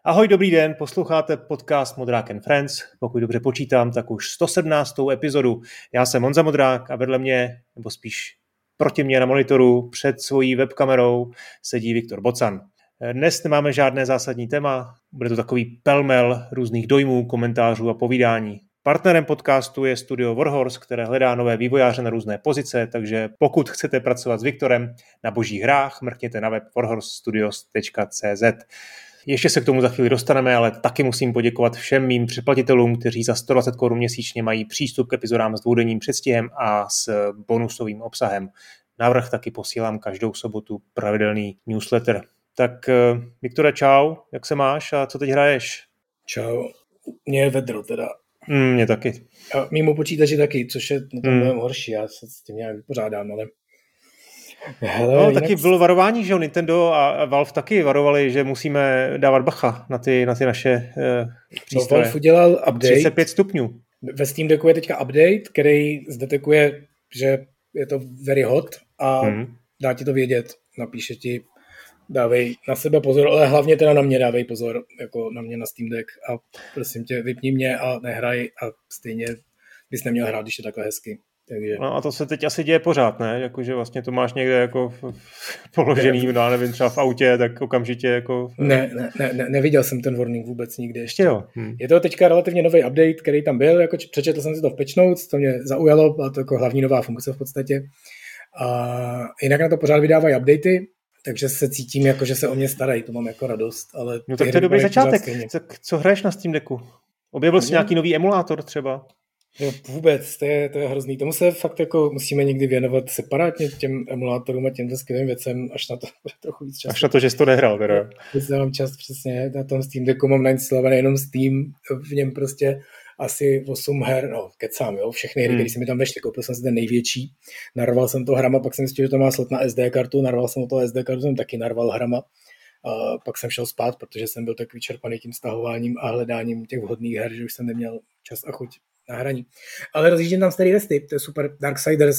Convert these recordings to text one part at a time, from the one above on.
Ahoj, dobrý den, posloucháte podcast Modrák and Friends. Pokud dobře počítám, tak už 117. epizodu. Já jsem Honza Modrák a vedle mě, nebo spíš proti mě na monitoru, před svojí webkamerou sedí Viktor Bocan. Dnes nemáme žádné zásadní téma, bude to takový pelmel různých dojmů, komentářů a povídání. Partnerem podcastu je studio Warhorse, které hledá nové vývojáře na různé pozice, takže pokud chcete pracovat s Viktorem na božích hrách, mrkněte na web warhorsestudios.cz. Ještě se k tomu za chvíli dostaneme, ale taky musím poděkovat všem mým předplatitelům, kteří za 120 Kč měsíčně mají přístup k epizodám s dvoudenním předstihem a s bonusovým obsahem. Návrh taky posílám každou sobotu pravidelný newsletter. Tak Viktore, čau, jak se máš a co teď hraješ? Čau, mě je vedro teda. Mě taky. A mimo počítači taky, což je na tom mnohem horší, já se s tím nějak vypořádám, ale... Hele, no, taky bylo varování, že Nintendo a Valve taky varovali, že musíme dávat bacha na ty naše přístroje. No, Valve udělal update. 35 stupňů. Ve Steam Decku je teďka update, který zdetekuje, že je to very hot a dá ti to vědět. Napíše ti, dávej na sebe pozor, ale hlavně teda na mě dávej pozor, jako na mě na Steam Deck a prosím tě, vypni mě a nehraj a stejně bys neměl hrát, když je takhle hezky. Takže... No a to se teď asi děje pořád, ne? Jakože vlastně to máš někde jako položený, no, nevím, třeba v autě, tak okamžitě jako... Neviděl jsem ten warning vůbec nikdy ještě. Jo. Je to teďka relativně nový update, který tam byl, jako přečetl jsem si to v patch notes, to mě zaujalo, byla to jako hlavní nová funkce v podstatě. A jinak na to pořád vydávají updaty, takže se cítím jako, že se o mě starají, to mám jako radost. Ale no tak to je dobrý začátek. Co hraješ na Steam Decku? Objevil jsi nějaký nový emulátor třeba? Jo, vůbec, to je hrozný. Tomu se fakt jako musíme někdy věnovat separátně těm emulátorům a těmto skvělým věcem, až na to trochu víc času. Až na to, že jsi to nehrál, teda. Když mám čas přesně, na tom Steam Decku mám nainstalovaný jenom Steam, v něm prostě asi 8 her, no kecám, jo, všechny hry, které se mi tam vešly, koupil jsem si ten největší, narval jsem to hrama, pak jsem zjistil, že to má slot na SD kartu, narval jsem o toho SD kartu, jsem taky narval hrama, a pak jsem šel spát, protože jsem byl tak vyčerpaný tím stahováním a hledáním těch vhodných her, že už jsem neměl čas a chuť na hraní. Ale rozjíždím tam starý resty, to je super. Darksiders,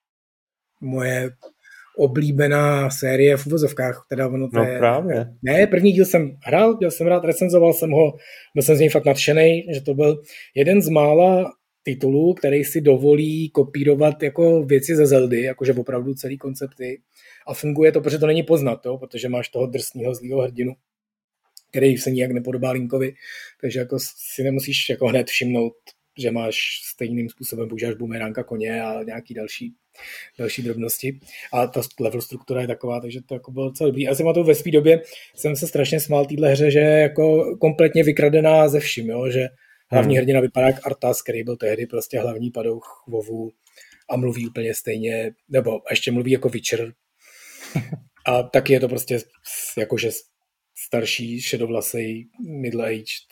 moje oblíbená série v uvozovkách. Teda ono to je... právě. Ne, první díl jsem hrál, dělal jsem rád, recenzoval jsem ho, byl jsem z něj fakt nadšenej, že to byl jeden z mála titulů, který si dovolí kopírovat jako věci ze Zeldy, jakože opravdu celý koncepty. A funguje to, protože to není poznat, jo? Protože máš toho drsného zlýho hrdinu, který se nijak nepodobá Linkovi, takže jako si nemusíš jako hned všimnout, že máš stejným způsobem používáš bumeránka koně a nějaký další drobnosti. A ta level struktura je taková, takže to jako bylo docela dobrý. Já jsem na to ve své době jsem se strašně smál téhle hře, že je jako kompletně vykradená ze vším, jo? Že hlavní hrdina vypadá jak Arthas, který byl tehdy prostě hlavní padouch WoWu a mluví úplně stejně, nebo ještě mluví jako Witcher. A taky je to prostě jakože starší, šedovlasej, middle-aged,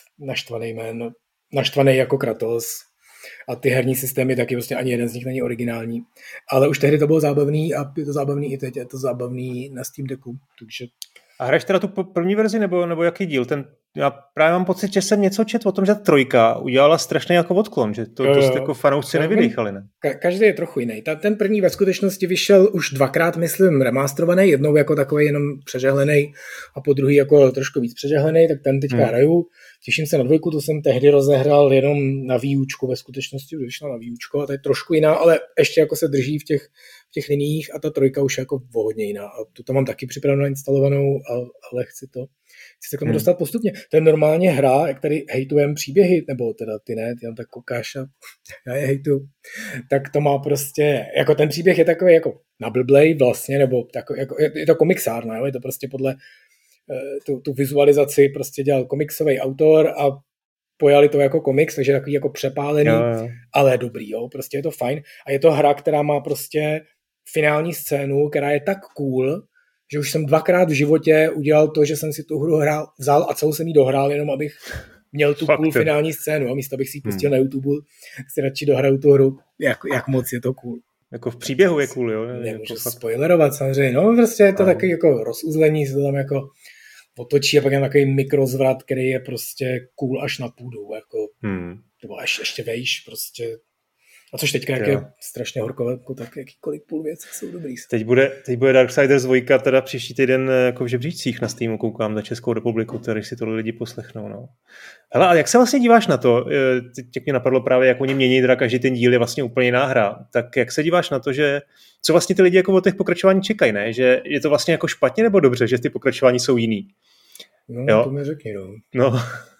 naštvaný jako Kratos. A ty herní systémy taky prostě ani jeden z nich není originální. Ale už tehdy to bylo zábavný a je to zábavný i teď, je to zábavný na Steam Decku. Takže... A hraješ teda tu první verzi nebo jaký díl? Já právě mám pocit, že jsem něco četl o tom, že trojka udělala strašně jako odklon, že to jako fanoušci nevydýchali, ne? Každý je trochu jiný. Ten první ve skutečnosti vyšel už dvakrát, myslím, remasterovaný, jednou jako takový jenom přežehlený a po druhý jako trošku víc přežehlený, tak ten teďka hraju. Těším se na dvojku, to jsem tehdy rozehrál jenom na výučku, ve skutečnosti už vyšla na výučku a to je trošku jiná, ale ještě jako se drží v těch liniích a ta trojka už je jako hodně jiná. A tu tam mám taky připravenou instalovanou, ale chci se k tomu dostat postupně. To je normálně hra, jak tady hejtujeme příběhy, nebo teda ty ne, ty tam tak koukáš a já je hejtuju. Tak to má prostě, jako ten příběh je takový jako na blblej vlastně, nebo jako, je to komiksárna, jo? Je to prostě podle tu vizualizaci prostě dělal komiksový autor a pojali to jako komiks, takže takový jako přepálený, ale dobrý, jo, prostě je to fajn. A je to hra, která má prostě finální scénu, která je tak cool, že už jsem dvakrát v životě udělal to, že jsem si tu hru vzal a celou jsem ji dohrál, jenom abych měl tu cool finální scénu. A místo abych si ji pustil na YouTube, si radši dohraju tu hru, jak moc je to cool. Jako v příběhu je cool, jo? Nemůžu spoilerovat samozřejmě, no prostě je to takový jako rozuzlení, se to tam jako otočí a pak je takový mikrozvrat, který je prostě cool až na půdu, jako, nebo až ještě vejš, prostě A což teďka, jak je strašně horko, tak jakýkoliv půl věci jsou dobrý. Teď bude Darksiders 2 teda příští týden jako v žebříčcích na Steamu, koukám za Českou republiku, který si tohle lidi poslechnou. No. Hele, ale jak se vlastně díváš na to, teď mě napadlo právě, jak oni mění, teda každý ten díl je vlastně úplně jiná hra, tak jak se díváš na to, že co vlastně ty lidi jako od těch pokračování čekají, ne? Že je to vlastně jako špatně nebo dobře, že ty pokračování jsou jiný? No, jo? To mi řekni, no. No.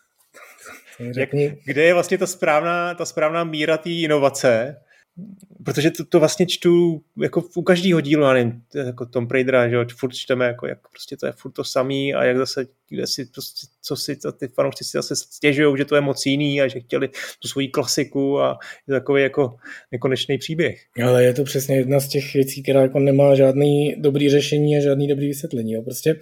Kde je vlastně ta správná míra té inovace? Protože to vlastně čtu jako u každého dílu, já nevím, jako Tomb Raidera, že furt čteme, jako jak prostě to je furt to samý a jak zase, kde si prostě, co si ty fanoušci si zase stěžujou, že to je moc jiný a že chtěli tu svoji klasiku a je takový jako nekonečný příběh. Ale je to přesně jedna z těch věcí, která jako nemá žádný dobrý řešení a žádný dobrý vysvětlení. Jo. Prostě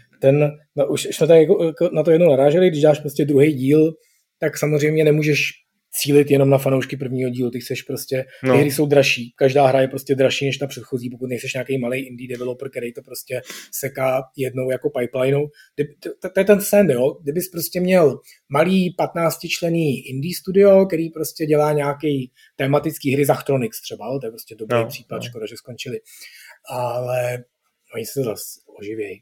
už jsme tady jako na to jednou naráželi, když dáš prostě druhý díl, tak samozřejmě nemůžeš cílit jenom na fanoušky prvního dílu, ty chceš prostě, ty hry jsou dražší, každá hra je prostě dražší než ta předchozí, pokud nejseš nějaký malý indie developer, který to prostě seká jednou jako pipelineou. To je ten sen, jo, kdybys prostě měl malý 15členný indie studio, který prostě dělá nějaký tematický hry, Zachtronics třeba, to je prostě dobrý případ, škoda, že skončili, ale oni se zase oživějí.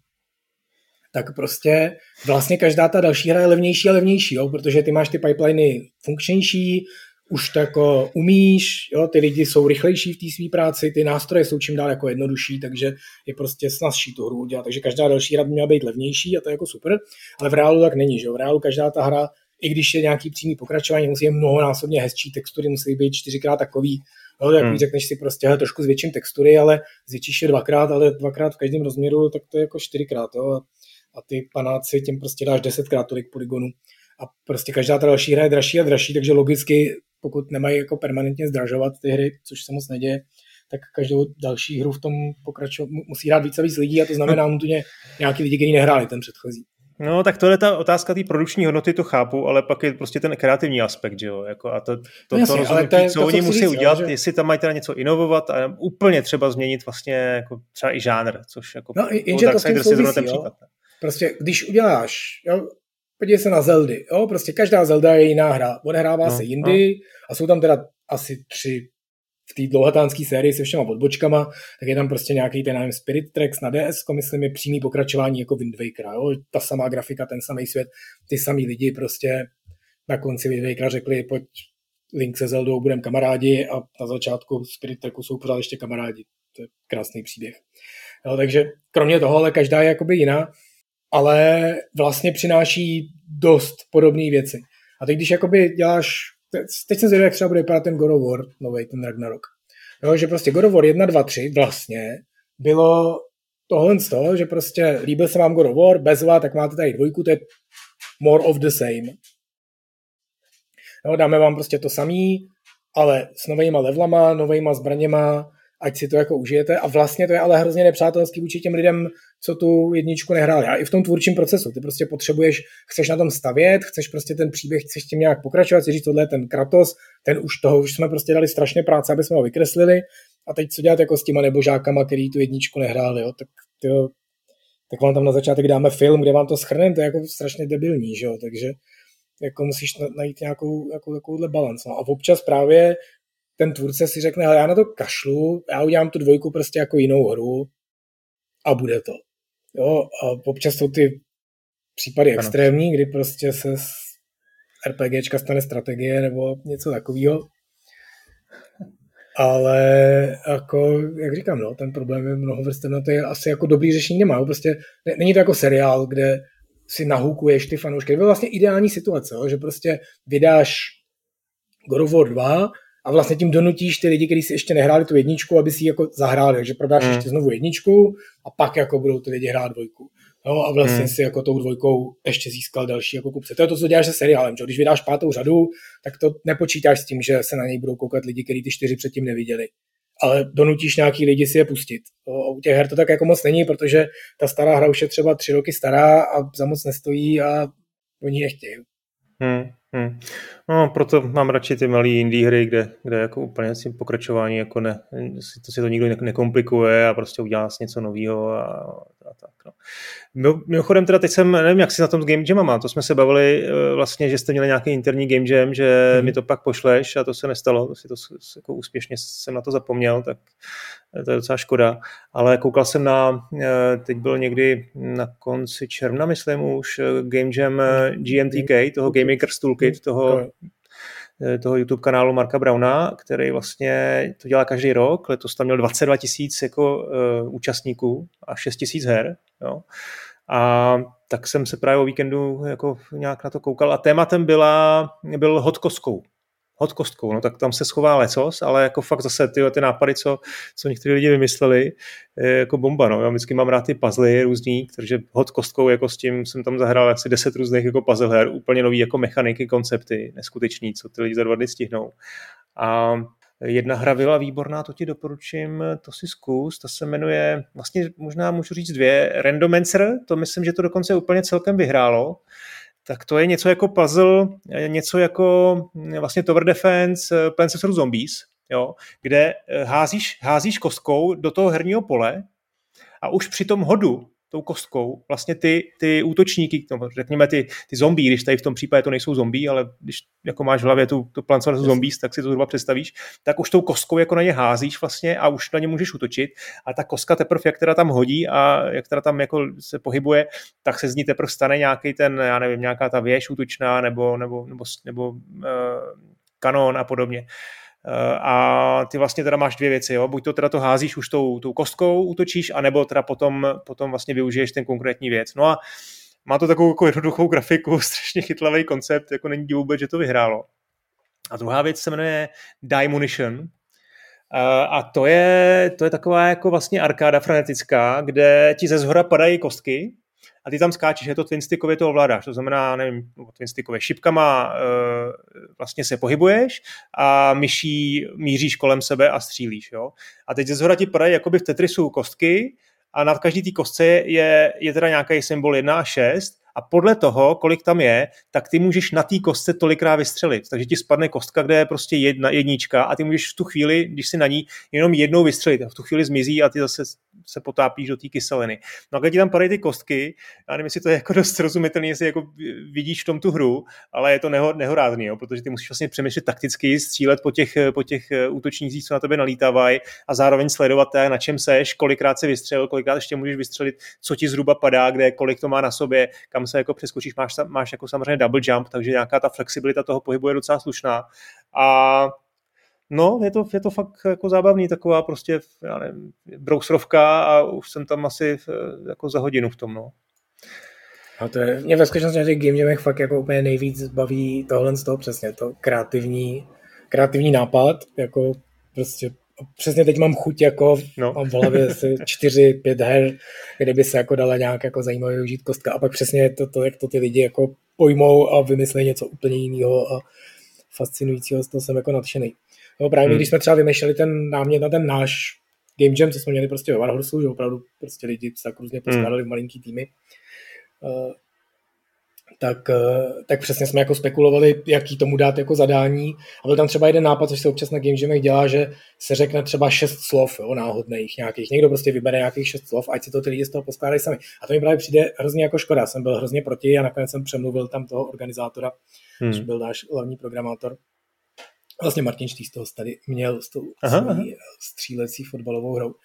Tak prostě vlastně každá ta další hra je levnější a levnější, jo? Protože ty máš ty pipeliny funkčnější, už to jako umíš, jo? Ty lidi jsou rychlejší v té své práci, ty nástroje jsou čím dál jako jednodušší, takže je prostě snazší tu hru udělat. Takže každá další hra by měla být levnější a to je jako super, ale v reálu tak není, že jo? V reálu každá ta hra, i když je nějaký přímý pokračování, musí být mnohonásobně hezčí, textury musí být 4x takový, jo? Tak řekneš si prostě trošku zvětším textury, ale zvětšíš je 2x, ale 2x v každém rozměru, tak to je jako 4x, jo? A ty panáci tím prostě dáš 10x tolik polygonů a prostě každá ta další hra je dražší a dražší, takže logicky, pokud nemají jako permanentně zdražovat ty hry, což se moc neděje, tak každou další hru v tom musí hrát víc a víc lidí a to znamená nutně nějaký lidi, kteří nehráli ten předchozí. No, tak to je ta otázka té produkční hodnoty, to chápu, ale pak je prostě ten kreativní aspekt, že jo, jako a to rozhodnutí, co oni musí udělat, že... jestli tam mají teda něco inovovat a úplně třeba změnit vlastně jako třeba i žánr, což jako Darksiders je zrovna ten případ. Prostě když uděláš, jo, podívej se na Zeldy, jo, prostě každá Zelda je jiná hra, odehrává se jindy a jsou tam teda asi 3 v té dlouhatánské sérii se všema odbočkama, tak je tam prostě nějaký ten, nevím, Spirit Tracks na DS, myslím je přímý pokračování jako Wind Wakera, jo, ta samá grafika, ten samý svět, ty samý lidi prostě na konci Wind Wakera řekli, pojď Link se Zeldou, budeme kamarádi a na začátku Spirit Tracku jsou pořád ještě kamarádi, to je krásný příběh. Jo, takže kromě toho, ale každá je jakoby jiná, ale vlastně přináší dost podobné věci. A teď, když jakoby děláš, teď jsem zvědavý, jak třeba bude vypadat ten God of War, novej, ten Ragnarok. Jo, že prostě God of War 1, 2, 3 vlastně bylo tohle z toho, že prostě líbil se vám God of War, bezva, tak máte tady 2, to je more of the same. Jo, dáme vám prostě to samý, ale s novejma levelama, novejma zbraněma, ať si to jako užijete a vlastně to je ale hrozně nepřátelský vůči těm lidem, co tu jedničku nehráli. A i v tom tvůrčím procesu, ty prostě potřebuješ, chceš na tom stavět, chceš prostě ten příběh, chceš tím nějak pokračovat, chceš říct, tohle je ten Kratos, už jsme prostě dali strašně práce, aby jsme ho vykreslili a teď co dělat jako s těma nebožákama, který tu jedničku nehráli, jo? Tak vám tam na začátek dáme film, kde vám to shrneme, to je jako strašně debilní, že jo? Takže jako musíš najít nějakou takovouhle balans. No a občas právě ten tvůrce si řekne, hele, já na to kašlu, já udělám tu 2 prostě jako jinou hru a bude to. Jo, a občas jsou ty případy extrémní, kdy prostě se z RPGčka stane strategie nebo něco takového. Ale jako, jak říkám, no, ten problém je mnohovrstevnatý, asi jako dobrý řešení nemá. Prostě není to jako seriál, kde si nahukuješ ty fanoušky. To je vlastně ideální situace, jo, že prostě vydáš God of War 2 a vlastně tím donutíš ty lidi, kteří si ještě nehráli tu jedničku, aby si ji jako zahráli. Takže prodáš ještě znovu jedničku a pak jako budou ty lidi hrát 2. No a vlastně si jako tou 2 ještě získal další jako kupce. To je to, co děláš se seriálem. Že? Když vydáš 5. řadu, tak to nepočítáš s tím, že se na něj budou koukat lidi, kteří ty 4 předtím neviděli. Ale donutíš nějaký lidi si je pustit. U těch her to tak jako moc není, protože ta stará hra už je třeba 3 roky stará a za moc nestojí a oni nechtějí. No, proto mám radši ty malý indie hry, kde jako úplně si pokračování jako si to nikdo nekomplikuje a prostě udělá si něco nového a tak. No. Mimochodem teda teď jsem, nevím, jak jsi na tom s Game Jamama, to jsme se bavili vlastně, že jste měli nějaký interní Game Jam, že mi to pak pošleš a to se nestalo, jako úspěšně jsem na to zapomněl, tak to je docela škoda, ale koukal jsem teď byl někdy na konci června, myslím už, Game Jam GMTK, toho Game Maker's Toolkit, toho YouTube kanálu Marka Browna, který vlastně to dělá každý rok, letos tam měl 22 000 jako účastníků a 6 000 her, jo. A tak jsem se právě o víkendu jako nějak na to koukal a tématem byl hot kostkou, no tak tam se schová lecos, ale jako fakt zase ty nápady, co někteří lidi vymysleli, jako bomba, no. Já vždycky mám rád ty puzzle různý, takže hot kostkou, jako s tím jsem tam zahrál asi 10 různých jako puzzle her, úplně nový jako mechaniky, koncepty, neskutečný, co ty lidi za 2 dny stihnou. A jedna hra byla výborná, to ti doporučím, to si zkus, to se jmenuje, vlastně možná můžu říct 2, Randomancer, to myslím, že to dokonce úplně celkem vyhrálo. Tak to je něco jako puzzle, něco jako vlastně Tower Defense, Plants vs. Zombies, jo, kde házíš kostkou do toho herního pole a už při tom hodu tou kostkou vlastně ty útočníky, řekněme ty zombie, když tady v tom případě to nejsou zombie, ale když jako máš v hlavě tu Plants vs. Zombies, tak si to zhruba představíš, tak už tou kostkou jako na ně házíš vlastně a už na ně můžeš útočit a ta kostka teprve, jak teda tam hodí a jak teda tam jako se pohybuje, tak se z ní teprve stane nějaký ten, já nevím, nějaká ta věž útočná nebo kanon a podobně. A ty vlastně teda máš 2 věci, jo? Buď to teda to házíš už tou kostkou, útočíš, anebo teda potom vlastně využiješ ten konkrétní věc. No a má to takovou jako jednoduchou grafiku, strašně chytlavý koncept, jako není divu vůbec, že to vyhrálo. A druhá věc se jmenuje Die Munition. A to je taková jako vlastně arkáda frenetická, kde ti ze zhora padají kostky a ty tam skáčeš, je to twinstickově to ovládáš, to znamená, nevím, twinstickově šipkama vlastně se pohybuješ a myší míříš kolem sebe a střílíš, jo. A teď ze zhora ti padají jakoby v Tetrisu kostky a nad každý té kostce je teda nějaký symbol 1 až 6 a podle toho, kolik tam je, tak ty můžeš na té kostce tolikrát vystřelit. Takže ti spadne kostka, kde je prostě jednička a ty můžeš v tu chvíli, když si na ní jenom jednou vystřelit a v tu chvíli zmizí a ty zase se potápíš do té kyseliny. No a když ti tam padají ty kostky, já nevím, jestli to je jako dost srozumitelný, jestli jako vidíš v tom tu hru, ale je to nehorázný, jo, protože ty musíš vlastně přemýšlet takticky, střílet po těch útočnících, co na tebe nalítávají a zároveň sledovat, na čem seš, kolikrát se vystřelil, kolikrát ještě můžeš vystřelit, co ti zhruba padá, kde, kolik to má na sobě, kam se jako přeskočíš, máš jako samozřejmě double jump, takže nějaká ta flexibilita toho pohybu je docela slušná. A no, je to fakt jako zábavný, taková prostě, já nevím, browserovka a už jsem tam asi jako za hodinu v tom, no. A to je, mě ve skutečnosti na těch game jamech fakt jako úplně nejvíc baví tohle z toho přesně, to kreativní nápad, jako prostě přesně teď mám chuť, jako mám v hlavě asi 4-5 her, kde by se jako dala nějak jako zajímavě využít kostka a pak přesně to, jak to ty lidi jako pojmou a vymyslí něco úplně jiného a fascinujícího, z toho jsem jako nadšený. No, právě když jsme třeba vymýšleli ten námět na ten náš game jam, co jsme měli prostě ve Warhorsu, že opravdu prostě lidi se tak různě poskládali v malinký týmy, tak přesně jsme jako spekulovali, jaký tomu dát jako zadání. A byl tam třeba jeden nápad, což se občas na game jamech dělá, že se řekne třeba 6 slov, jo, náhodných nějakých. Někdo prostě vybere nějakých 6 slov, ať si to ty lidi z toho poskládají sami. A to mi právě přijde hrozně jako škoda. Jsem byl hrozně proti a nakonec jsem přemluvil tam toho organizátora, což byl náš hlavní programátor. Vlastně Martin Štýs toho tady měl s tou střílecí fotbalovou hrou.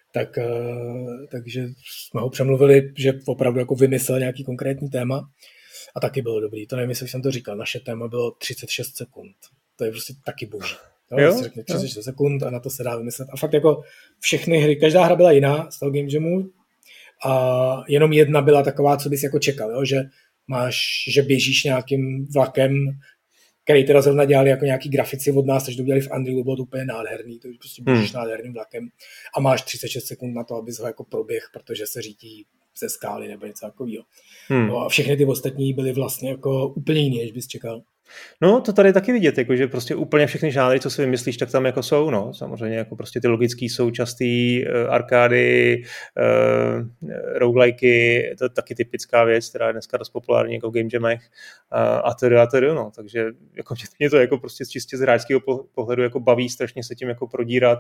Takže jsme ho přemluvili, že opravdu jako vymyslel nějaký konkrétní téma a taky bylo dobrý. To nevím, jestli jsem to říkal. Naše téma bylo 36 sekund. To je prostě taky boží. Jo? Řekne 36 sekund a na to se dá vymyslet. A fakt jako všechny hry, každá hra byla jiná z toho game jamu a jenom jedna byla taková, co bys jako čekal, jo? Že běžíš nějakým vlakem, který teda zrovna dělali jako nějaký grafici od nás, takže to udělali v Unrealu, bylo to úplně nádherný, to prostě běžíš nádherným vlakem a máš 36 sekund na to, abys ho jako proběh, protože se řítí ze skály nebo něco takového. No a všechny ty ostatní byly vlastně jako úplně jiný, než bys čekal. No, to tady taky vidět, jako, že prostě úplně všechny žánry, co si vymyslíš, tak tam jako jsou, no, samozřejmě jako prostě ty logický současný arkády, roguelikey, to je taky typická věc, která je dneska dost populární jako v game jamech a tedy, no, takže jako mě to jako prostě čistě z hráčského pohledu jako baví strašně se tím jako prodírat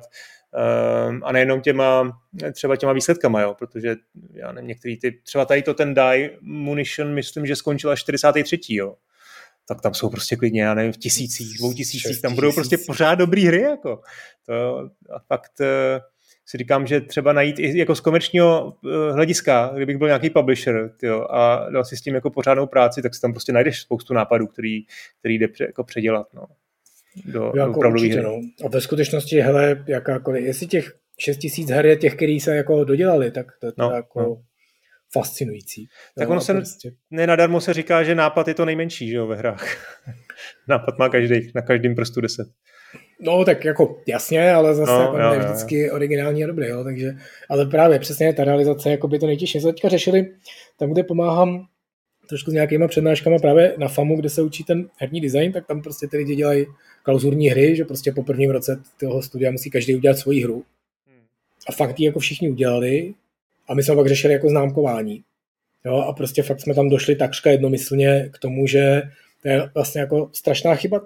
a nejenom třeba těma výsledkama, jo, protože já nevím, některý třeba tady to ten Die Munition, myslím, že skončil až 43. jo. Tak tam jsou prostě klidně, já nevím, v 1000, 2000, tam budou prostě pořád dobrý hry, jako. To, a fakt si říkám, že třeba najít i jako z komerčního hlediska, kdybych byl nějaký publisher, tyjo, a dal si s tím jako pořádnou práci, tak si tam prostě najdeš spoustu nápadů, který jde jako předělat, no. Do opravdových hry. No. A ve skutečnosti, hele, jakákoliv, jestli těch 6000 her je těch, který se jako dodělali, tak to je jako fascinující. Tak ono se prostě nenadarmo se říká, že nápad je to nejmenší, že jo, ve hrách. Nápad má každý, na každém prstu 10. No, tak jako jasně, ale zase ne vždycky originální a dobrý, jo, takže, ale právě přesně ta realizace jako by to nejtěžší. Se teďka řešili, tam, kde pomáhám trošku s nějakýma přednáškama právě na FAMu, kde se učí ten herní design, tak tam prostě ty lidi dělají klauzurní hry, že prostě po prvním roce toho studia musí každý udělat svoji hru. A fakt ji jako všichni udělali. A my jsme pak řešili jako známkování. Jo, a prostě fakt jsme tam došli takřka jednomyslně k tomu, že to je vlastně jako strašná chyba,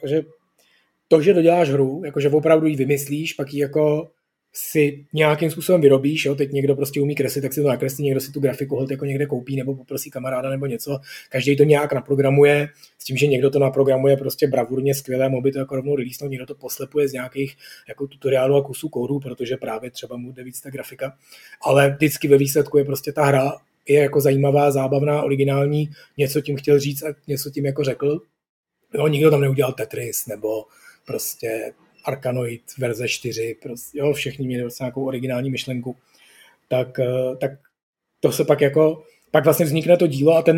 že doděláš hru, jakože opravdu ji vymyslíš, pak ji jako si nějakým způsobem vyrobíš, jo, teď někdo prostě umí kreslit, tak si to nakreslí, někdo si tu grafiku holt jako někde koupí nebo poprosí kamaráda nebo něco, každý to nějak naprogramuje, s tím, že někdo to naprogramuje prostě bravurně, skvěle, mohl by to jako rovnou releasenout, někdo to poslepuje z nějakých jako tutoriálů a kusů kódu, protože právě třeba mu jde víc ta grafika, ale vždycky ve výsledku je prostě ta hra je jako zajímavá, zábavná, originální, něco tím chtěl říct a něco tím jako řekl. Jo, nikdo tam neudělal Tetris nebo prostě Arkanoid verze 4, prostě, jo, všichni měli vlastně nějakou originální myšlenku, tak to se pak vlastně vznikne to dílo a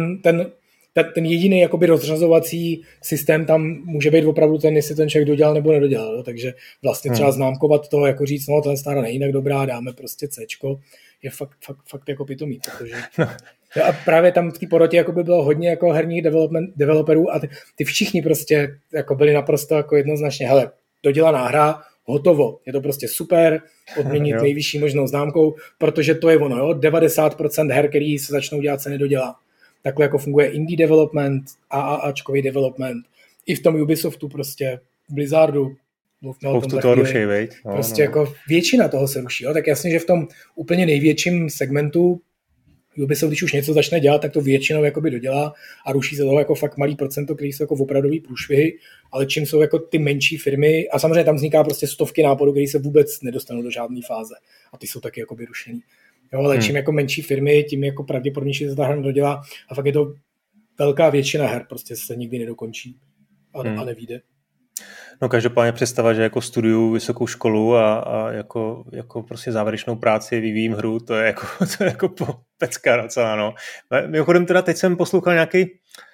ten jediný jakoby rozřazovací systém tam může být opravdu ten, jestli ten člověk dodělal nebo nedodělal, takže vlastně třeba známkovat to, jako říct, no ta stará není tak dobrá, dáme prostě Cčko, je fakt jako pitomý, protože a právě tam v té porotě jako by bylo hodně jako herních developerů a ty všichni prostě jako byli naprosto jako jednoznačně, hele, dodělaná hra, hotovo. Je to prostě super, odměnit nejvyšší možnou známkou, protože to je ono, jo? 90% her, který se začnou dělat, se nedodělá. Takhle jako funguje indie development, AAAčkový development. I v tom Ubisoftu prostě, Blizzardu, spoustu toho ruší, veď? Prostě jako většina toho se ruší, jo? Tak jasně, že v tom úplně největším segmentu Ubisoft, když už něco začne dělat, tak to většinou jakoby dodělá a ruší se toho jako fakt malý procento, který jsou jako opravdový průšvihy, ale čím jsou jako ty menší firmy a samozřejmě tam vzniká prostě stovky nápadů, které se vůbec nedostanou do žádné fáze a ty jsou taky jakoby rušený. Jo, ale čím jako menší firmy, tím jako pravděpodobnější se ta hra dodělá a fakt je to velká většina her prostě se nikdy nedokončí a nevyjde. No každopádně představa, že jako studuju vysokou školu a jako prostě závěrečnou práci vyvíjím hru, to je jako pecka docela, no. Mimochodem teda teď jsem poslouchal nějaký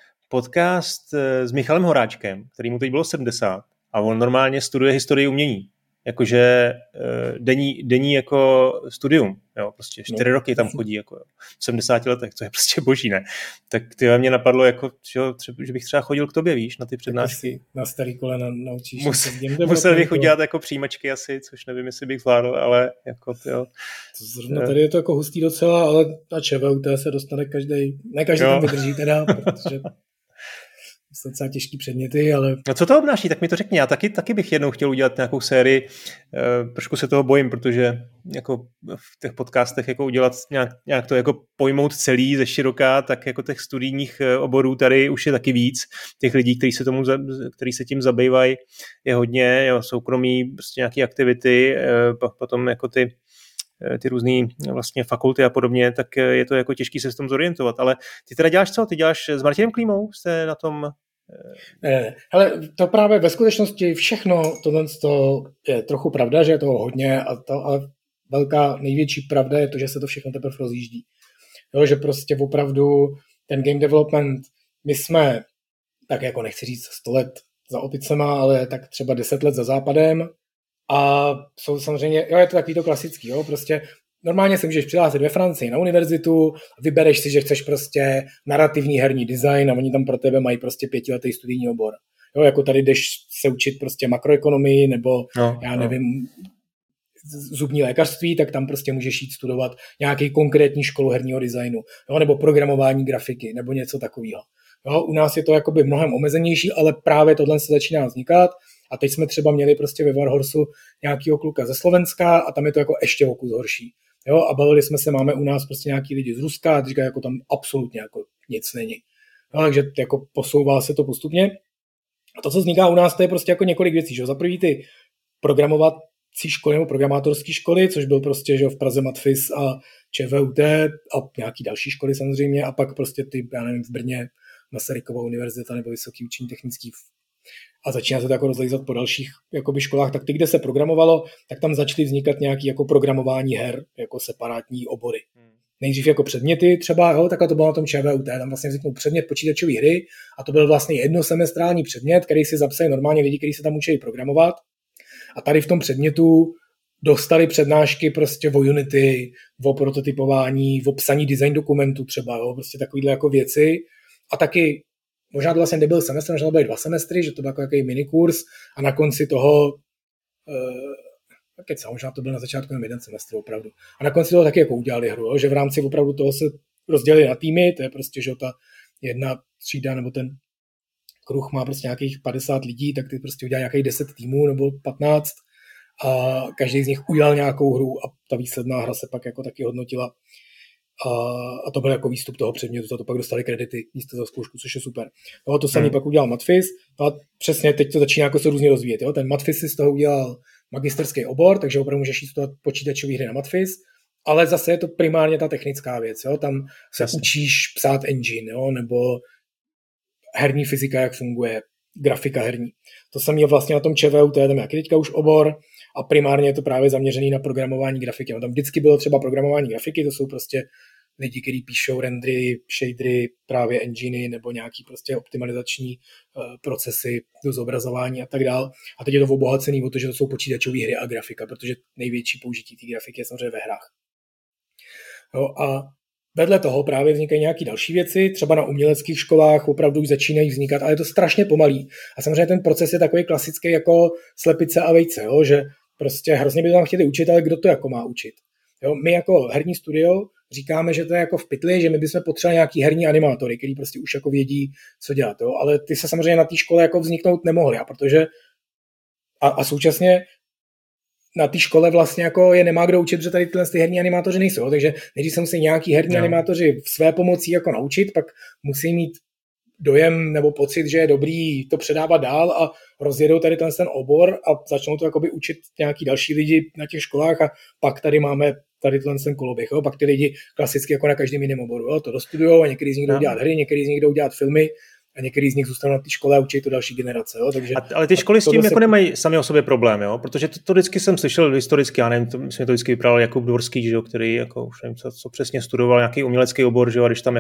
podcast s Michalem Horáčkem, který mu teď bylo 70 a on normálně studuje historii umění. Jakože denní jako studium, jo, prostě 4 roky tam chodí jako v 70 letech, to je prostě boží, ne? Tak mě napadlo, jako, že bych třeba chodil k tobě, víš, na ty přednášky. Na starý kole naučíš. Musel bych udělat jako přijímačky asi, což nevím, jestli bych zvládl, ale jako jo. Zrovna tady je to jako hustý docela, ale na ČVUT se dostane ne každý tam vydrží teda, protože jsou docela těžký předměty, ale... No co to obnáší, tak mi to řekni. Já taky bych jednou chtěl udělat nějakou sérii. Trošku se toho bojím, protože jako v těch podcastech jako udělat nějak to jako pojmout celý ze široká, tak jako těch studijních oborů tady už je taky víc. Těch lidí, kteří se tím zabývají, je hodně, jo, soukromí, prostě nějaké aktivity, potom jako ty různé vlastně fakulty a podobně, tak je to jako těžký se v tom zorientovat. Ale ty teda děláš co? Ty děláš s Martinem Klímou? Jste na tom... Ne. Hele, to právě ve skutečnosti všechno, to je trochu pravda, že je toho hodně, ale velká největší pravda je to, že se to všechno teprve rozjíždí. Jo, že prostě opravdu ten game development, my jsme, tak jako nechci říct 100 let za opicema, ale tak třeba 10 let za západem. A jsou samozřejmě, jo, je to takový to klasický, jo, prostě normálně se můžeš přihlásit ve Francii na univerzitu, vybereš si, že chceš prostě narrativní herní design a oni tam pro tebe mají prostě 5letý studijní obor. Jo, jako tady jdeš se učit prostě makroekonomii nebo já nevím, zubní lékařství, tak tam prostě můžeš jít studovat nějaký konkrétní školu herního designu, jo, nebo programování grafiky, nebo něco takového. Jo, u nás je to jakoby mnohem omezenější, ale právě tohle se začíná vznikat a teď jsme třeba měli prostě ve Warhorsu nějakýho kluka ze Slovenska a tam je to jako ještě o kus horší. Jo, a bavili jsme se, máme u nás prostě nějaký lidi z Ruska a říkají, jako tam absolutně jako nic není. Jo, takže jako posouvá se to postupně. A to, co vzniká u nás, to je prostě jako několik věcí. Že? Za první ty programovací školy nebo programátorské školy, což byl prostě že v Praze Matfis a ČVUT a nějaký další školy samozřejmě a pak prostě ty, já nevím, v Brně Masarykova univerzita nebo Vysoký učení technický a začíná se to jako rozlízat po dalších jakoby školách, tak ty, kde se programovalo, tak tam začaly vznikat nějaké jako programování her, jako separátní obory. Nejdřív jako předměty třeba, jo, takhle to bylo na tom ČVUT, tam vlastně vzniknul předmět počítačové hry a to byl vlastně jednosemestrální předmět, který si zapsali normálně lidi, kteří se tam učili programovat a tady v tom předmětu dostali přednášky prostě o Unity, o prototypování, o psaní design dokumentu třeba, jo, prostě takovýhle jako věci a taky možná to vlastně nebyl semestr, možná to byly 2 semestry, že to byl jako jaký minikurs a na konci toho možná to byl na začátku jenom 1 semestr opravdu. A na konci toho taky jako udělali hru, jo? Že v rámci opravdu toho se rozdělili na týmy, to je prostě, že ta jedna třída nebo ten kruh má prostě nějakých 50 lidí, tak ty prostě udělali nějakých 10 týmů nebo 15 a každý z nich udělal nějakou hru a ta výsledná hra se pak jako taky hodnotila. A to byl jako výstup toho předmětu, za to pak dostali kredity místo za zkoušku, což je super. No, to samý pak udělal Matfis a přesně teď to začíná jako se různě rozvíjet. Jo? Ten Matfis si z toho udělal magisterský obor, takže opravdu můžeš jít studovat počítačové hry na Matfis, ale zase je to primárně ta technická věc. Jo? Tam se učíš psát engine, jo? Nebo herní fyzika, jak funguje, grafika herní. To samé je vlastně na tom ČVUT, tam je teďka už obor a primárně je to právě zaměřený na programování grafiky. No, tam vždycky bylo třeba programování grafiky, to jsou prostě lidi, kteří píšou rendery, shadery, právě enginy nebo nějaký prostě optimalizační procesy do zobrazování a tak dál. A teď je to obohacený o to, že to jsou počítačové hry a grafika, protože největší použití té grafiky je samozřejmě ve hrách. No a vedle toho právě vznikají nějaké další věci, třeba na uměleckých školách opravdu už začínají vznikat, ale je to strašně pomalý. A samozřejmě ten proces je takový klasický jako slepice a vejce, jo? Že prostě hrozně by tam chtěli učit, ale kdo to jako má učit. Jo? My jako herní studio říkáme, že to je jako v pytli, že my bychom potřebovali nějaký herní animátory, který prostě už jako vědí, co dělat. Jo? Ale ty se samozřejmě na té škole jako vzniknout nemohly, a protože a současně na té škole vlastně jako je nemá kdo učit, protože tady tyhle herní animátoři nejsou. Takže než se musí nějaký herní animátoři v své pomocí jako naučit, pak musí mít dojem nebo pocit, že je dobrý to předávat dál a rozjedou tady ten obor a začnou to jakoby učit nějaký další lidi na těch školách a pak tady máme tady ten koloběh. Jo? Pak ty lidi klasicky jako na každém jiném oboru. Jo? To dostudujou a některý z nich jdou dělat hry, některý z nich jdou dělat filmy a některý z nich zůstanou na té škole a učí to další generace. Jo? Takže, ale ty školy s tím jako nemají sami o sobě problém, jo? Protože to vždycky jsem slyšel historicky, já nevím, myslím, to vždycky vyprávěl Jakub Dvorský, že jo? Který jako, už nevím, co přesně studoval, nějaký umělecký obor, že jo? A když tam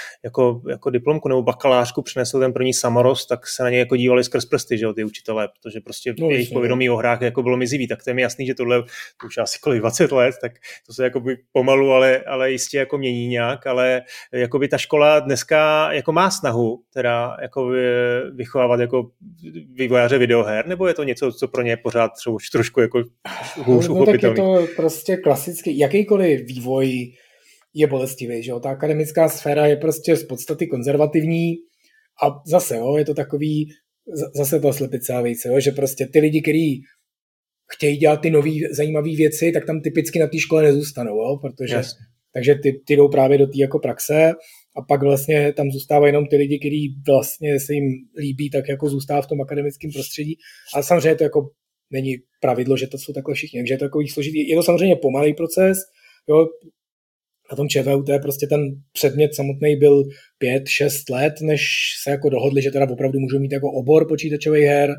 jako diplomku nebo bakalářku přinesl ten první samorost, tak se na něj jako dívali skrz prsty, že jo? Ty učitelé, protože prostě jejich povědomí o hrách jako bylo mizivý, tak to je mi jasný, že tohle už asi kolik 20 let, tak to se jakoby pomalu, ale jistě jako mění nějak, ale jakoby ta škola dneska jako má snahu, teda jako vychovávat jako vývojáře videoher, nebo je to něco, co pro ně je pořád trošku jako hůř uchopitelný? Tak je to prostě klasický, jakýkoliv vývoj je bolestivý, že jo? Ta akademická sféra je prostě z podstaty konzervativní a zase, jo, je to takový, zase to slepice a vejce, jo? Že prostě ty lidi, kteří chtějí dělat ty nový zajímavé věci, tak tam typicky na té škole nezůstanou, jo? Protože takže ty jdou právě do té jako praxe a pak vlastně tam zůstávají jenom ty lidi, kteří vlastně se jim líbí, tak jako zůstává v tom akademickém prostředí. A samozřejmě to jako není pravidlo, že to jsou takhle všichni, takže je to takový složitý. Je to samozřejmě pomalý proces, jo. Na tom ČVUT prostě ten předmět samotný byl 5-6 let, než se jako dohodli, že teda opravdu můžou mít jako obor počítačových her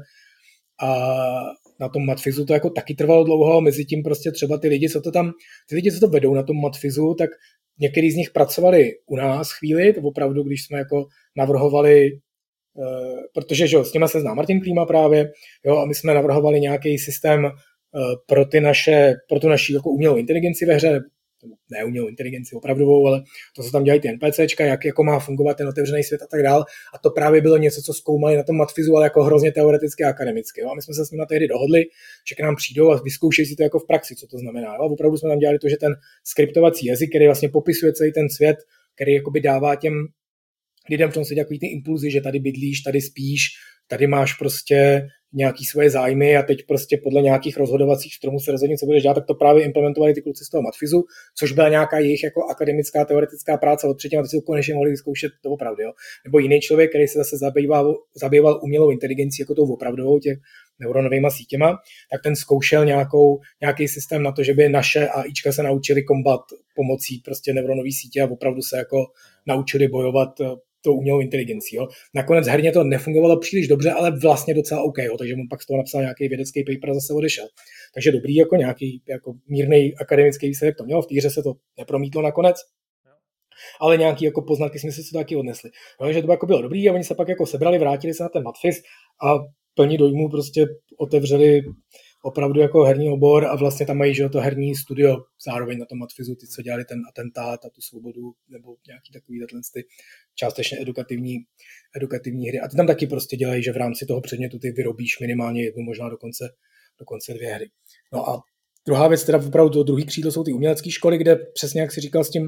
a na tom Matfizu to jako taky trvalo dlouho, mezi tím prostě třeba ty lidi, co to vedou na tom Matfizu, tak některý z nich pracovali u nás chvíli, to opravdu, když jsme jako navrhovali, protože že, s těma se zná Martin Klíma právě, jo, a my jsme navrhovali nějaký systém pro tu naši jako umělou inteligenci ve hře, ne umělou inteligenci opravdovou, ale to, co tam dělají ty NPCčka, jak jako má fungovat ten otevřený svět a tak dál. A to právě bylo něco, co zkoumali na tom matfizu, ale jako hrozně teoreticky a akademicky. Jo? A my jsme se s nimi tehdy dohodli, že k nám přijdou a vyzkoušejí si to jako v praxi, co to znamená. Jo? A opravdu jsme tam dělali to, že ten skriptovací jazyk, který vlastně popisuje celý ten svět, který jakoby dává těm lidem v tom světě takový ty impulzy, že tady bydlíš, tady spíš, tady máš prostě nějaký svoje zájmy a teď prostě podle nějakých rozhodovacích stromů se rozhodně, co budeš dělat, tak to právě implementovali ty kluci z toho matfizu, což byla nějaká jejich jako akademická teoretická práce od předtím, a teď si to konečně mohli vyzkoušet to opravdu. Jo? Nebo jiný člověk, který se zase zabýval umělou inteligencí jako tou opravdovou, těch neuronovýma sítěma, tak ten zkoušel nějaký systém na to, že by naše AIčka se naučili kombat pomocí prostě neuronový sítě a opravdu se jako naučili bojovat tou umělou inteligencí. Jo. Nakonec herně to nefungovalo příliš dobře, ale vlastně docela OK, jo, takže on pak z toho napsal nějaký vědecký paper a zase odešel. Takže dobrý, jako nějaký jako mírnej akademický výsledek to mělo, v té hře se to nepromítlo nakonec, ale nějaký jako poznatky jsme si to taky odnesli. Jo, takže to jako bylo dobrý a oni se pak jako sebrali, vrátili se na ten matfiz a plní dojmu prostě otevřeli opravdu jako herní obor a vlastně tam mají, že to herní studio zároveň na tom matfizu, ty, co dělali ten atentát a tu svobodu nebo nějaký takový ty částečně edukativní hry. A ty tam taky prostě dělají, že v rámci toho předmětu ty vyrobíš minimálně jednu, možná dokonce 2 hry. No a druhá věc, teda opravdu to druhý křídlo jsou ty umělecké školy, kde přesně jak si říkal s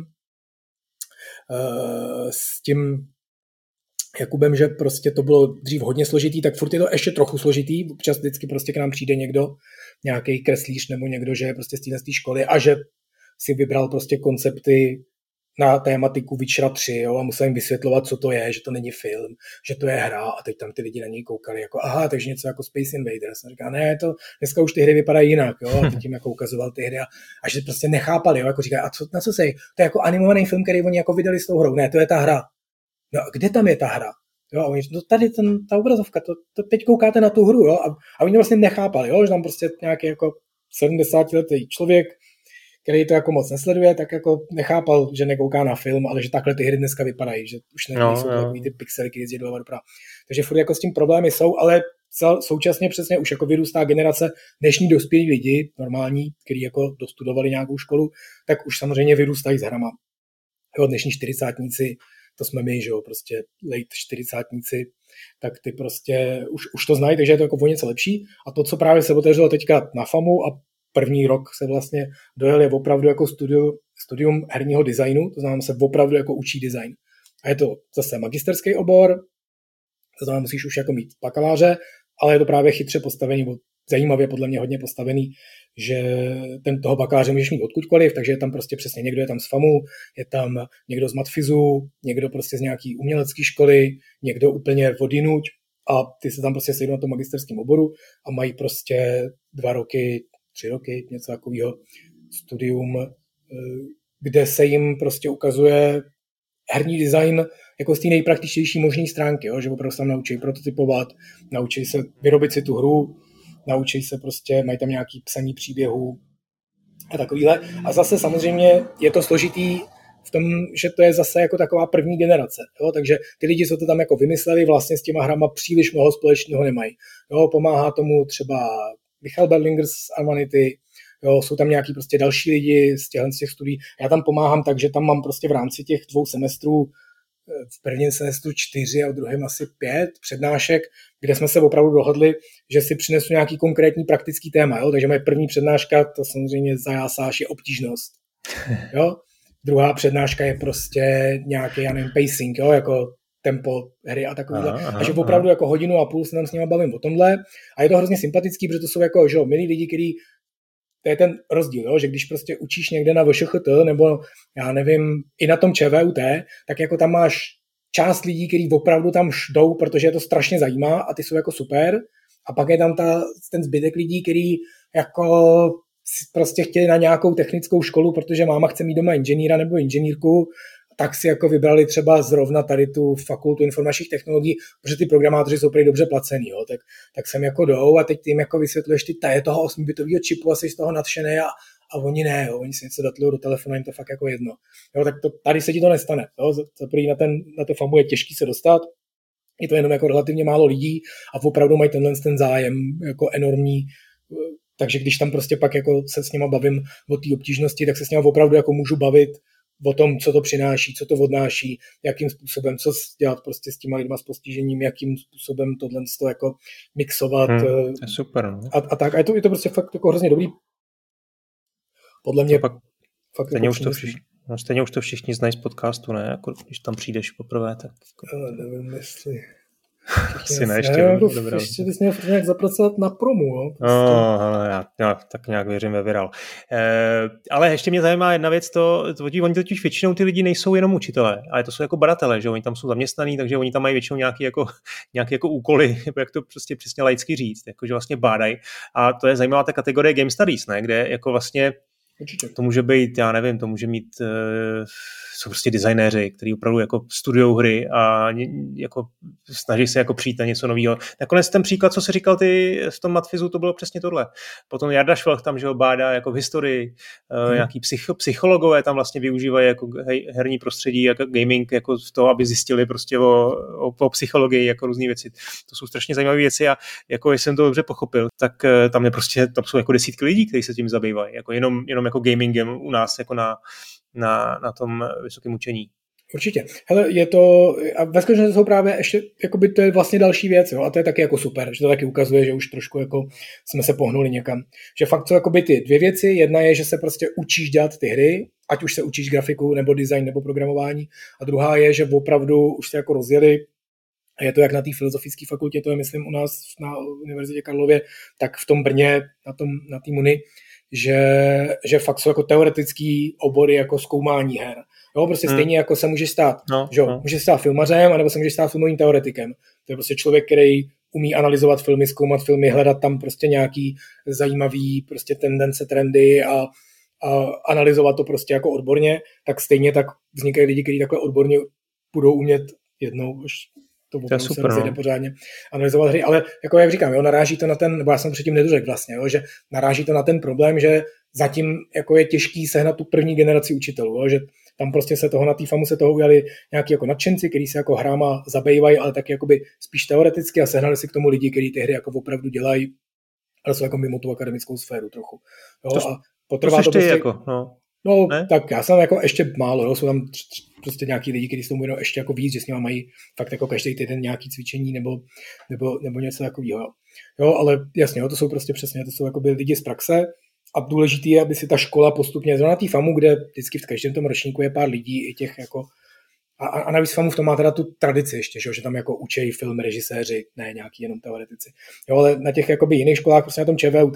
tím Jakubem, že prostě to bylo dřív hodně složitý, tak furt je to ještě trochu složitý. Občas vždycky prostě k nám přijde někdo, nějaký kreslíř nebo někdo, že je prostě z té školy a že si vybral prostě koncepty na tématiku Witchera 3, jo, a musel jim vysvětlovat, co to je, že to není film, že to je hra a teď tam ty lidi na něj koukali jako aha, takže něco jako Space Invaders. A říká, ne, to dneska už ty hry vypadají jinak, jo, a teď jim jako ukazoval ty hry a že prostě nechápali, jo, jako říkají, a co, na co sej, to je jako animovaný film, který oni jako vydali s tou hrou, ne, to je ta hra. No, kde tam je ta hra? Jo, a oni, no tady ta obrazovka, to teď koukáte na tu hru, jo, a oni vlastně nechápali, jo, že tam prostě nějaký jako 70letý člověk, který to jako moc nesleduje, tak jako nechápal, že nekouká na film, ale že takhle ty hry dneska vypadají, že už nejsou takový ty pixely, které jezdí doleva doprava. Takže furt jako s tím problémy jsou, ale současně přesně už jako vyrůstá generace dnešní dospělí lidi, normální, kteří jako dostudovali nějakou školu, tak už samozřejmě vyrůstají s hrama. Jo, dnešní 40tníci, to jsme my, že jo, prostě late 40tníci, tak ty prostě už to znají, takže je to jako o něco lepší. A to, co právě se otevřelo teďka na FAMu a první rok se vlastně dojel, je opravdu jako studium herního designu, to znamená, se opravdu jako učí design. A je to zase magisterský obor, to znamená, musíš už jako mít bakaláře, ale je to právě chytře postavený, zajímavě podle mě hodně postavený, že toho bakaláře můžeš mít odkudkoliv, takže je tam prostě přesně někdo je tam z FAMu, je tam někdo z matfizu, někdo prostě z nějaký umělecké školy, někdo úplně odjinuť a ty se tam prostě sejdou na tom magisterském oboru a mají prostě 2 roky, 3 roky, něco takového studium, kde se jim prostě ukazuje herní design jako z té nejpraktičtější možné stránky, jo? Že opravdu se tam naučí prototypovat, naučí se vyrobit si tu hru, naučí se prostě, mají tam nějaký psaní příběhů a takovýhle. A zase samozřejmě je to složitý v tom, že to je zase jako taková první generace. Jo? Takže ty lidi, co to tam jako vymysleli, vlastně s těma hrama příliš mnoho společného nemají. Jo? Pomáhá tomu třeba Michal Berlinger z Armanity, jo? Jsou tam nějaký prostě další lidi z těch studií. Já tam pomáhám tak, že tam mám prostě v rámci těch 2 semestrů v prvním semestru 4 a v druhém asi 5 přednášek, kde jsme se opravdu dohodli, že si přinesu nějaký konkrétní praktický téma. Jo? Takže moje první přednáška, to samozřejmě zajásáš, je obtížnost. Jo? Druhá přednáška je prostě nějaký, já nevím, pacing, jo? Jako tempo hry a takovýhle. Takže opravdu jako 1,5 hodiny se tam s nimi bavím o tomhle. A je to hrozně sympatický, protože to jsou jako, že jo, milí lidi, kteří to je ten rozdíl, jo? Že když prostě učíš někde na VŠCHT nebo já nevím, i na tom ČVUT, tak jako tam máš část lidí, kteří opravdu tam jdou, protože je to strašně zajímá a ty jsou jako super. A pak je tam ten zbytek lidí, kteří jako prostě chtěli na nějakou technickou školu, protože máma chce mít doma inženýra nebo inženýrku, tak si jako vybrali třeba zrovna tady tu fakultu informačních technologií, protože ty programátoři jsou prý dobře placený, jo? Tak sem jako jdou a teď ty jim jako vysvětluješ ty taje toho 8-bitového čipu a jsi z toho nadšený a oni ne, jo? Oni si něco datlují do telefonu, jim to fakt jako jedno. Jo? Tak tady se ti to nestane. Jo? Za první na to FAMu je těžký se dostat, je to jenom jako relativně málo lidí a opravdu mají ten zájem jako enormní takže když tam prostě pak jako se s nima bavím o té obtížnosti, tak se s nima opravdu jako můžu bavit o tom, co to přináší, co to odnáší, jakým způsobem, co dělat prostě s těma lidma s postižením, jakým způsobem tohle jako mixovat. To je super. No. A tak. A je to prostě fakt jako hrozně dobrý. Podle mě pak fakt stejně, jako stejně už to všichni znají z podcastu, ne? Jako, když tam přijdeš poprvé, tak... nevím, jestli... Asi ne, ještě dobré. Ještě bys měl nějak zapracovat na promu. No, prostě. Já tak nějak věřím ve viral. Ale ještě mě zajímá jedna věc, oni totiž většinou ty lidi nejsou jenom učitelé, ale to jsou jako badatelé, že oni tam jsou zaměstnaní, takže oni tam mají většinou nějaké jako úkoly, jak to prostě přesně laicky říct, jakože vlastně bádají. A to je zajímavá ta kategorie Game Studies, ne? Kde jako vlastně určitě. To může být, já nevím, to může mít, jsou prostě designéři, kteří opravdu jako studujou hry a jako snaží se jako přijít na něco nového. Nakonec ten příklad, co jsi říkal ty v tom Matfizu, to bylo přesně tohle. Potom Jarda Švelch tam, že ho bádá jako v historii, nějaký psychologové tam vlastně využívají jako herní prostředí, jako gaming, jako v to, aby zjistili prostě o psychologii, jako různé věci. To jsou strašně zajímavé věci a jako jestli jsem to dobře pochopil, tak tam jsou jako desítky lidí, kteří se tím zabývají, jako jenom jako gamingem u nás, jako na tom vysokém učení. Určitě. Hele, je to, a ve skutečnosti jsou právě ještě, jakoby to je vlastně další věc, jo, a to je taky jako super, že to taky ukazuje, že už trošku jako jsme se pohnuli někam. Že fakt jsou jakoby ty dvě věci, jedna je, že se prostě učíš dělat ty hry, ať už se učíš grafiku, nebo design, nebo programování, a druhá je, že opravdu už se jako rozjeli, a je to jak na té filozofické fakultě, to je myslím u nás na Univerzitě Karlově, tak v tom Brně, na té Muni, že fakt jsou jako teoretický obory jako zkoumání her. Jo, prostě stejně jako se může stát, může stát filmařem, anebo se může stát filmovým teoretikem. To je prostě člověk, který umí analyzovat filmy, zkoumat filmy, hledat tam prostě nějaký zajímavý prostě tendence, trendy a analyzovat to prostě jako odborně, tak stejně tak vznikají lidi, kteří takhle odborně budou umět jednou, až to opravdu se rozjede pořádně analyzovat hry, ale jako jak říkám, jo, naráží to na ten, nebo já jsem předtím nedořekl vlastně, jo, že naráží to na ten problém, že zatím jako je těžký sehnat tu první generaci učitelů, jo, že tam prostě se toho na té FAMu se toho ujali nějaký jako nadšenci, kteří se jako hrama zabývají, ale tak jakoby spíš teoreticky a sehnali si k tomu lidi, kteří ty hry jako opravdu dělají, ale jsou jako mimo tu akademickou sféru trochu. Jo, a potrvá to prostě... jako, No, tak já jsem jako ještě málo, jo, jsou tam prostě nějaký lidi, kteří s tomu ještě jako víc, že s nimi mají fakt jako každý týden nějaký cvičení nebo něco takového. Jo, ale jasně, jo, to jsou prostě přesně, to jsou jako lidi z praxe a důležité je, aby si ta škola postupně, zrovna na té FAMu, kde vždycky v každém tom ročníku je pár lidí i těch jako a navíc FAMu v tom má teda tu tradici ještě, že tam jako učejí film režiséři, ne nějaký jenom teoretici. Jo, ale na těch jakoby jiných školách, prostě na tom ČVUT,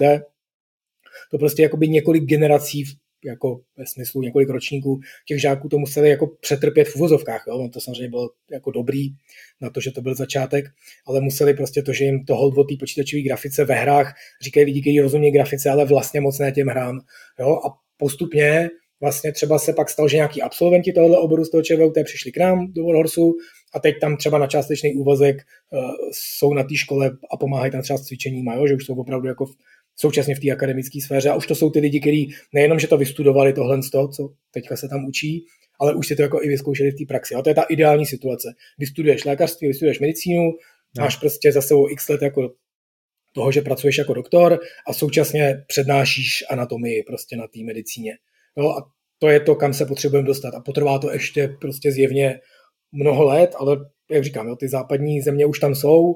to prostě jakoby několik generací jako ve smyslu několik ročníků těch žáků to museli jako přetrpět v uvozovkách. Jo? No to samozřejmě bylo jako dobrý na to, že to byl začátek, ale museli prostě to, že jim to hold o té počítačové grafice ve hrách říkají lidi, kteří rozumí grafice, ale vlastně moc ne těm hrám. Jo? A postupně vlastně třeba se pak stalo, že nějaký absolventi tohoto oboru z toho ČVUT přišli k nám do Warhorsu a teď tam třeba na částečný úvazek jsou na té škole a pomáhají tam třeba s cvičeníma, jo? Že už jsou opravdu jako současně v té akademické sféře a už to jsou ty lidi, kteří nejenom, že to vystudovali tohle z toho, co teďka se tam učí, ale už si to jako i vyzkoušeli v té praxi. A to je ta ideální situace. Vystuduješ lékařství, vystuduješ medicínu, máš prostě za sebou x let jako toho, že pracuješ jako doktor a současně přednášíš anatomii prostě na té medicíně. Jo, a to je to, kam se potřebujeme dostat. A potrvá to ještě prostě zjevně mnoho let, ale jak říkám, jo, ty západní země už tam jsou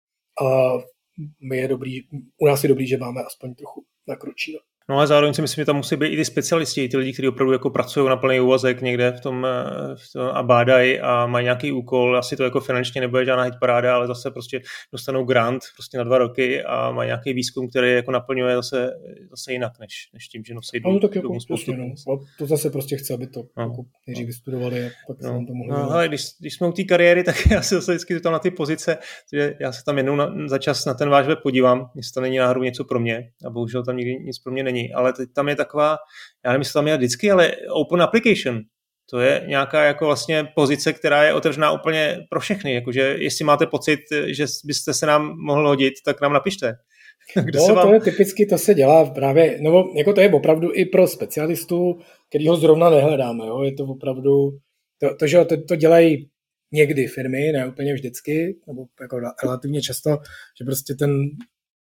a u nás je dobrý, že máme aspoň trochu nakročí. No a zároveň si myslím, že tam musí být i ty specialisti, ty lidi, kteří opravdu jako pracují na plný úvazek někde v tom a bádají a mají nějaký úkol, asi to jako finančně nebude žádná hitparáda, ale zase prostě dostanou grant prostě na 2 roky a mají nějaký výzkum, který jako naplňuje zase jinak, než tím, že nosí domů spoustu. To zase prostě chce, aby to jako nejdřív vystudovali a pak se tam to mohli. No, ale když jsme u té kariéry, tak já se zase vždycky tam na ty pozice, že já se tam jednou za čas na ten váš web podívám, jestli to není náhodou něco pro mě a bohužel tam nikdy nic pro mě není. Ale teď tam je taková, já nevím, jestli tam je vždycky, ale open application. To je nějaká jako vlastně pozice, která je otevřená úplně pro všechny. Jakože jestli máte pocit, že byste se nám mohl hodit, tak nám napište. To je typicky, to se dělá právě, nebo jako to je opravdu i pro specialistu, který ho zrovna nehledáme. Jo? Je to opravdu, že to dělají někdy firmy, ne úplně vždycky, nebo jako relativně často, že prostě ten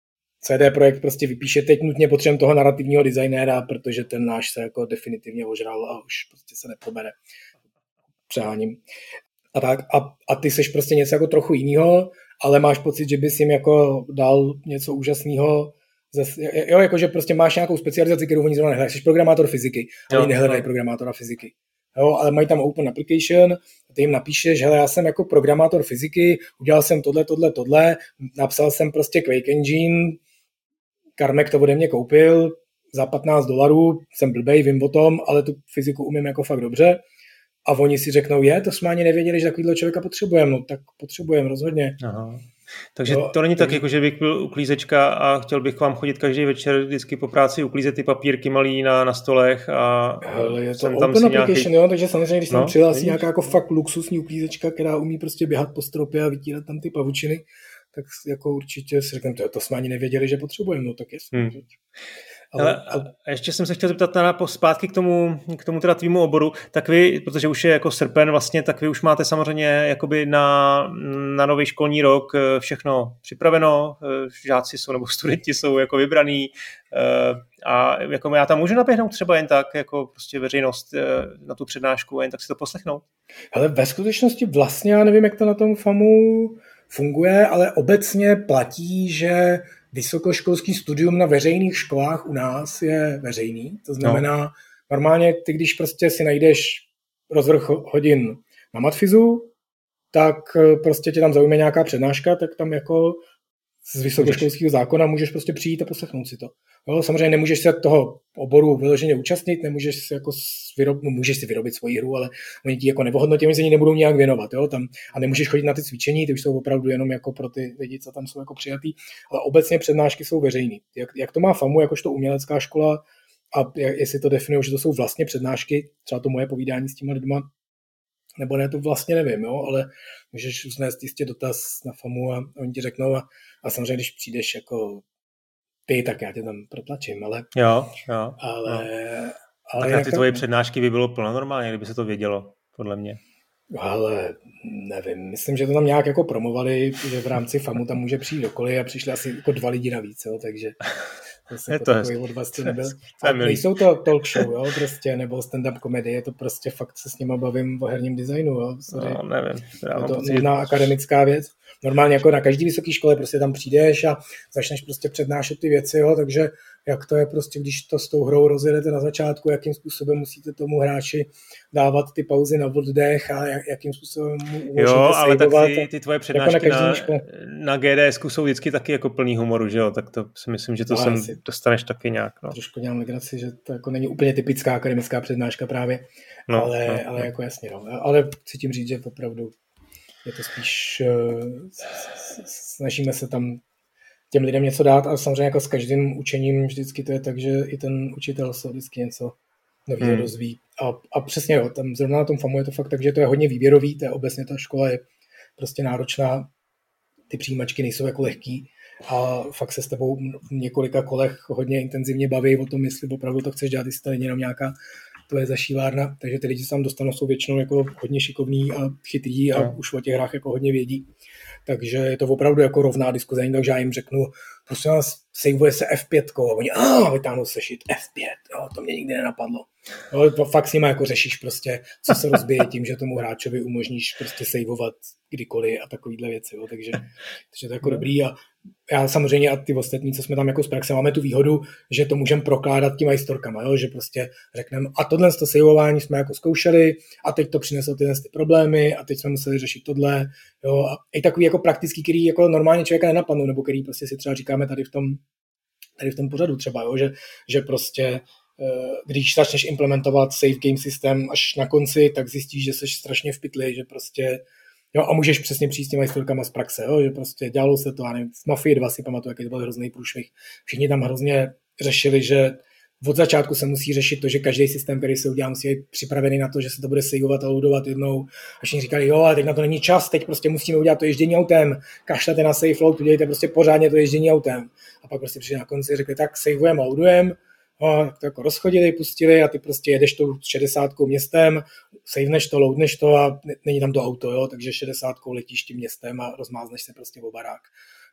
CD Projekt prostě vypíše, teď nutně potřebujeme toho narrativního designéra, protože ten náš se jako definitivně ožral a už prostě se nepobere. Přeháním. A tak, a ty seš prostě něco jako trochu jinýho, ale máš pocit, že bys jim jako dal něco úžasného. Jo, jakože prostě máš nějakou specializaci, kterou oni zrovna nehledají. Jsi programátor fyziky, ale oni nehledají programátora fyziky. Jo, ale mají tam open application, a ty jim napíšeš, hele, já jsem jako programátor fyziky, udělal jsem tohle, napsal jsem prostě Quake Engine, Carmack to ode mě koupil za $15, jsem blbej, vím o tom, ale tu fyziku umím jako fakt dobře. A oni si řeknou, to jsme ani nevěděli, že takovýhle člověka potřebujeme, no tak potřebujeme rozhodně. Aha. Takže to není tak, jako že bych byl uklízečka a chtěl bych k vám chodit každý večer vždycky po práci uklízet ty papírky malý na stolech a hele, je to open application, jo, takže samozřejmě, když se tam přihlásí nějaká jako fakt luxusní uklízečka, která umí prostě běhat po stropě a vytírat tam ty pavučiny, tak jako určitě si řekneme, to jsme ani nevěděli, že potřebujeme, no tak jasně. Ale ještě jsem se chtěl zeptat zpátky k tomu teda tvýmu oboru, tak vy, protože už je jako srpen vlastně, tak vy už máte samozřejmě jakoby na nový školní rok všechno připraveno, žáci jsou nebo studenti jsou jako vybraný a jako já tam můžu naběhnout třeba jen tak, jako prostě veřejnost na tu přednášku a jen tak si to poslechnout? Ale ve skutečnosti vlastně já nevím, jak to na tom FAMu funguje, ale obecně platí, že vysokoškolský studium na veřejných školách u nás je veřejný. To znamená, normálně ty, když prostě si najdeš rozvrh hodin na matfizu, tak prostě tě tam zaujme nějaká přednáška, tak tam jako z vysokoškolského zákona můžeš prostě přijít a poslechnout si to. Jo, samozřejmě nemůžeš se toho oboru vyloženě účastnit, nemůžeš si jako můžeš si vyrobit svoji hru, ale oni ti jako neohodnotí, oni se ní nebudou nějak věnovat, jo, tam, a nemůžeš chodit na ty cvičení, ty už jsou opravdu jenom jako pro ty lidi, co tam jsou jako přijatý, ale obecně přednášky jsou veřejný. Jak to má FAMu, jakožto umělecká škola, a jestli to definují, že to jsou vlastně přednášky, třeba to moje povídání s těma lidma, nebo ne, to vlastně nevím, jo, ale můžeš vznést jistě dotaz na FAMu a oni ti řeknou a samozřejmě, když přijdeš jako ty, tak já tě tam protlačím, ale... Jo. Ale tak na ty tvoje přednášky by bylo plno normálně, kdyby se to vědělo, podle mě. Ale nevím, myslím, že to tam nějak jako promovali, že v rámci FAMu tam může přijít dokoliv a přišli asi jako 2 lidi navíc, jo, takže... Je to takový odvaz nebyl. A nejsou to talk show, jo, prostě, nebo stand-up komedie, je to prostě fakt se s nima bavím o herním designu, jo. No, nevím. Je to nudná akademická věc. Normálně jako na každý vysoké škole prostě tam přijdeš a začneš prostě přednášet ty věci, jo, takže jak to je prostě, když to s tou hrou rozjedete na začátku, jakým způsobem musíte tomu hráči dávat ty pauzy na oddech a jakým způsobem mu umožníte ale tak sejvovat. ty tvoje přednášky jako na GDSku jsou vždycky taky jako plný humoru, že jo, tak to si myslím, že to sem dostaneš taky nějak. No. Trošku dělám legraci, že to jako není úplně typická akademická přednáška právě, ale jako jasně, no. Ale chci tím říct, že opravdu je to spíš, snažíme se tam těm lidem něco dát a samozřejmě jako s každým učením vždycky to je tak, že i ten učitel se vždycky něco nového dozví. A přesně jo, tam zrovna na tom FAMu je to fakt tak, že to je hodně výběrový, to je obecně ta škola je prostě náročná, ty přijímačky nejsou jako lehký a fakt se s tebou v několika kolech hodně intenzivně baví o tom, jestli opravdu to chceš dělat, jestli to není jenom nějaká tvoje zašívárna, takže ty lidi se tam dostanou, jsou většinou jako hodně šikovní a chytrý a už o těch hrách jako hodně vědí. Takže je to opravdu jako rovná diskuze, takže já jim řeknu, prosím vás, saveuje se F5, a oni, vytáhnou sešit F5, jo, to mě nikdy nenapadlo. No, fakt s nima jako řešíš prostě, co se rozbije tím, že tomu hráčovi umožníš prostě saveovat kdykoliv a takovýhle věci, jo, takže to je jako dobrý a já samozřejmě a ty ostatní, co jsme tam jako z praxe, máme tu výhodu, že to můžeme prokládat těma historkama, jo? Že prostě řekneme, a tohle to saveování jsme jako zkoušeli a teď to přineslo ty problémy a teď jsme museli řešit tohle, jo? A i takový jako praktický, který jako normálně člověka nenapadnou, nebo který prostě si třeba říkáme tady v tom pořadu třeba, jo? Že prostě když začneš implementovat save game systém až na konci, tak zjistíš, že jsi strašně v pytli, že prostě jo, a můžeš přesně přijít s těma historkama z praxe, jo, že prostě dělalo se to, já nevím, v Mafii 2 si pamatuju, jaký to byl hrozný průšvih. Všichni tam hrozně řešili, že od začátku se musí řešit to, že každý systém, který se udělá, musí být připravený na to, že se to bude saveovat a loadovat jednou. A všichni říkali, jo, ale teď na to není čas, teď prostě musíme udělat to ježdění autem, kašlete na save load, udělejte prostě pořádně to ježdění autem. A pak prostě přišli na konci, řekli, tak savujeme, loadujeme. No, tak to jako rozchodili, pustili a ty prostě jedeš tou 60 městem, saveneš to, loadneš to a není tam to auto, jo, takže 60 letíš tím městem a rozmázneš se prostě o barák.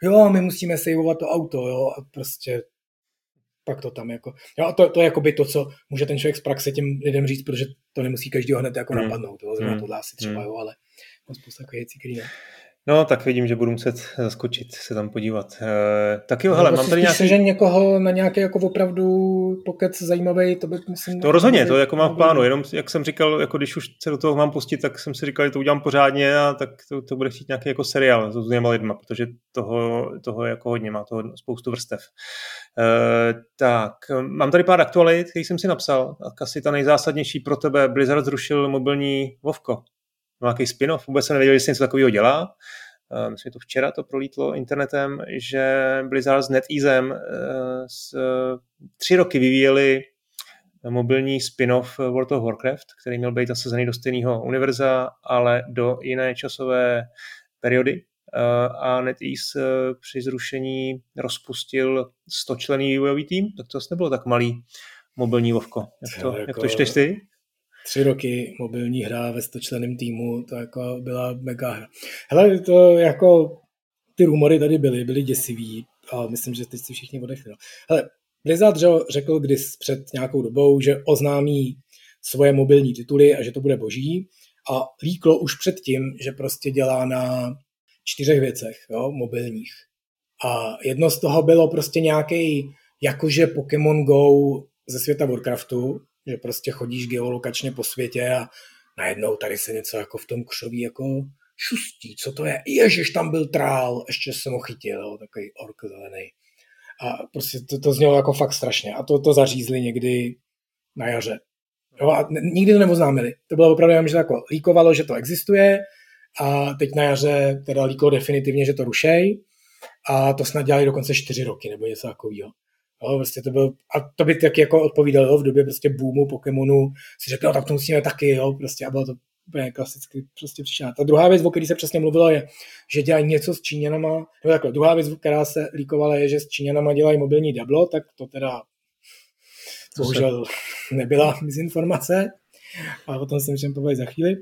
jo, my musíme saveovat to auto, jo, a prostě pak to tam jako, jo, a to je jako by to, co může ten člověk z praxe těm lidem říct, protože to nemusí každýho hned jako napadnout, jo, zrovna tohle asi třeba, jo, ale spousta takových věcí, který ne. No, tak vidím, že budu muset zaskočit, se tam podívat. Tak jo, hele, mám tady nějaký... že někoho na nějaký jako opravdu pokec zajímavý, to by myslím... To rozhodně, to jako mám v plánu, jenom jak jsem říkal, jako když už se do toho mám pustit, tak jsem si říkal, že to udělám pořádně a tak to bude chtít nějaký jako seriál s různýma lidma, protože toho je jako hodně, má toho spoustu vrstev. Tak, mám tady pár aktualit, který jsem si napsal. Asi ta nejzásadnější pro tebe, Blizzard zrušil mobilní WoWko. Nějaký spin-off, vůbec jsem nevěděl, že se něco takového dělá. Myslím, že to včera to prolítlo internetem, že Blizzard s NetEasem 3 roky vyvíjeli mobilní spin-off World of Warcraft, který měl být nasazený do stejného univerza, ale do jiné časové periody. A NetEase při zrušení rozpustil 100členný vývojový tým, tak to nebylo tak malý mobilní WoWko. Jak to čteš ty? 3 roky mobilní hra ve 100členném týmu, to jako byla mega hra. Hele, to jako ty rumory tady byly děsivý a myslím, že teď si všichni odechli. Hele, Blizzard řekl když před nějakou dobou, že oznámí svoje mobilní tituly a že to bude boží a líklo už předtím, že prostě dělá na 4 věcech, jo, mobilních. A jedno z toho bylo prostě nějaký jakože Pokémon Go ze světa Warcraftu, že prostě chodíš geolokačně po světě a najednou tady se něco jako v tom křoví jako šustí. Co to je? Ježiš, tam byl trál, ještě jsem ho chytil, jo, takový ork zelený. A prostě to znělo jako fakt strašně. A to zařízli někdy na jaře. Jo, a nikdy to neoznámili. To bylo opravdu jenom, že to jako líkovalo, že to existuje a teď na jaře teda líklo definitivně, že to rušej a to snad dělali dokonce 4 roky nebo něco takového. Jo, prostě to byl, a to by taky jako odpovídalo v době prostě boomu Pokémonu, si řekl, no tak to musíme taky, jo, prostě a bylo to úplně klasicky prostě přišla. Ta druhá věc, o které se přesně mluvilo, je, že dělají něco s Číňanama, nebo takhle, druhá věc, která se líkovala, je, že s Číňanama dělají mobilní Diablo, tak to teda bohužel nebyla mizinformace, ale o tom se můžeme povědět za chvíli.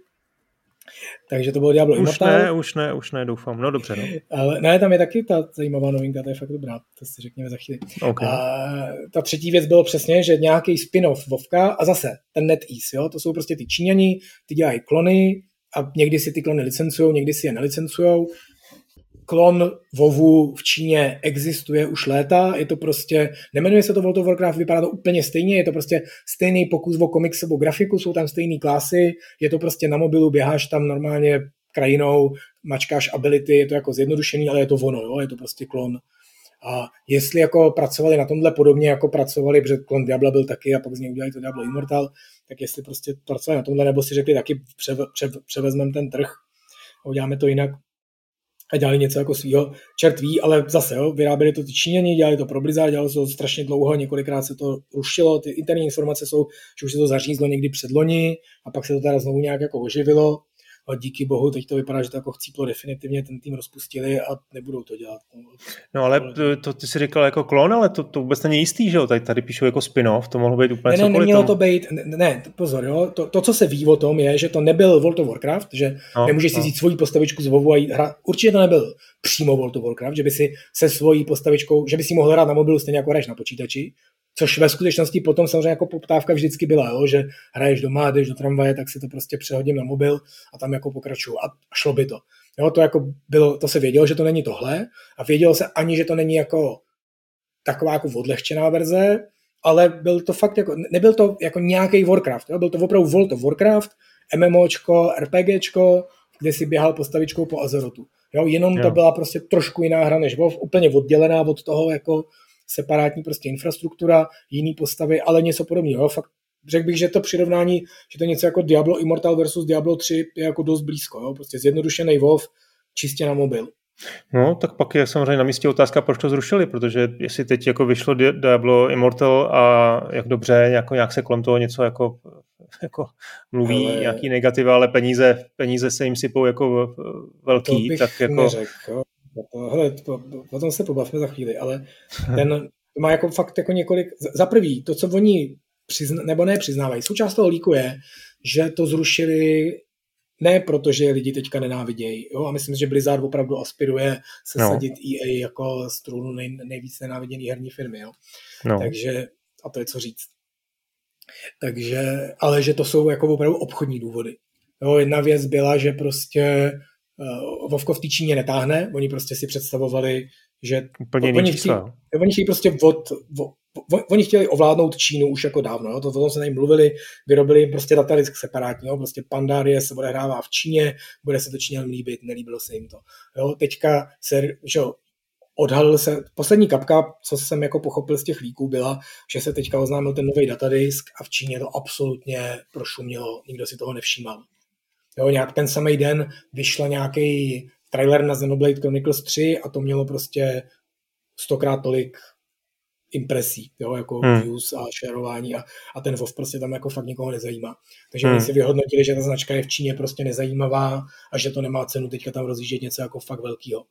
Takže to bylo Diablo Immortal. Už ne, doufám. No dobře, no. Ale ne, tam je taky ta zajímavá novinka, to je fakt dobrá, to si řekněme za chvíli. Okay. A ta třetí věc bylo přesně, že nějaký spin-off Vovka a zase ten NetEase, jo, to jsou prostě ty Číňani, ty dělají klony a někdy si ty klony licencujou, někdy si je nelicencujou. Klon WoWu v Číně existuje už léta, je to prostě, nemenuje se to World of Warcraft, vypadá to úplně stejně, je to prostě stejný pokus o komiksovou grafiku, jsou tam stejný klasy, je to prostě na mobilu, běháš tam normálně krajinou, mačkáš ability, je to jako zjednodušený, ale je to ono, jo? Je to prostě klon. A jestli jako pracovali na tomhle podobně, jako pracovali, protože klon Diabla byl taky a pak z něj udělali to Diablo Immortal, tak jestli prostě pracovali na tomhle, nebo si řekli taky převezmeme ten trh a uděláme to jinak, a dělali něco jako svýho, čert ví, ale zase, jo, vyráběli to ty Číňani, dělali to pro Blizzard, dělali to strašně dlouho, několikrát se to rušilo, ty interní informace jsou, že už se to zařízlo někdy předloni a pak se to teda znovu nějak jako oživilo a díky bohu teď to vypadá, že to jako chcíplo definitivně, ten tým rozpustili a nebudou to dělat. No ale to ty si říkal jako klon, ale to vůbec není jistý, že jo, tady píšou jako spin-off, to mohlo být úplně cokoliv. Nemělo to být, pozor, jo, to, co se ví o tom je, že to nebyl World of Warcraft, že nemůžeš si vzít svoji postavičku z WoWu a jít hrát, určitě to nebyl přímo World of Warcraft, že by si se svojí postavičkou, že by si mohl hrát na mobilu stejně jako hraješ na počítači, což ve skutečnosti potom samozřejmě jako poptávka vždycky byla, jo, že hraješ doma, jdeš do tramvaje, tak si to prostě přehodím na mobil a tam jako pokračuju a šlo by to. Jo, to jako bylo, to se vědělo, že to není tohle a vědělo se ani, že to není jako taková jako odlehčená verze, ale byl to fakt jako, nebyl to jako nějaký Warcraft, jo, byl to opravdu World of Warcraft, MMOčko, RPGčko, kde si běhal postavičkou po Azerotu. Jo, jenom to byla prostě trošku jiná hra než WoW, úplně oddělená od toho jako separátní prostě infrastruktura, jiný postavy, ale něco podobného. Fakt řekl bych, že to přirovnání, že to něco jako Diablo Immortal versus Diablo 3 je jako dost blízko. Jo? Prostě zjednodušený WoW čistě na mobil. No, tak pak je samozřejmě na místě otázka, proč to zrušili, protože jestli teď jako vyšlo Diablo Immortal a jak dobře, nějak se kolem toho něco jako mluví, nějaký negativa, ale peníze se jim sypou jako velký. To bych tak jako neřekl. Hele, o tom se pobavme za chvíli, ale ten má jako fakt jako několik, za prvý, to, co oni nebo ne přiznávají, součást toho líku je, že to zrušili ne protože lidi teďka nenávidějí. Jo? A myslím, že Blizzard opravdu aspiruje sesadit EA jako z trůnu nejvíc nenáviděný herní firmy. Jo? Takže, a to je co říct. Takže, ale že to jsou jako opravdu obchodní důvody. Jo? Jedna věc byla, že prostě Vovko v té Číně netáhne, oni prostě si představovali, že oni chtějí prostě oni chtěli ovládnout Čínu už jako dávno, jo? To o tom se tady mluvili, vyrobili prostě datadisk separátní, jo? Prostě Pandaria se odehrává v Číně, bude se to Číňanům líbit, nelíbilo se jim to. Jo? Teďka se, že odhalil se, poslední kapka, co jsem jako pochopil z těch líků, byla, že se teďka oznámil ten nový datadisk a v Číně to absolutně prošumělo, nikdo si toho nevšímal. Jo, nějak ten samý den vyšla nějaký trailer na Xenoblade Chronicles 3 a to mělo prostě 100krát tolik impresí, jo, jako views a shareování a ten WoW prostě tam jako fakt nikoho nezajímá. Takže oni si vyhodnotili, že ta značka je v Číně prostě nezajímavá a že to nemá cenu teďka tam rozjíždět něco jako fakt velkýho.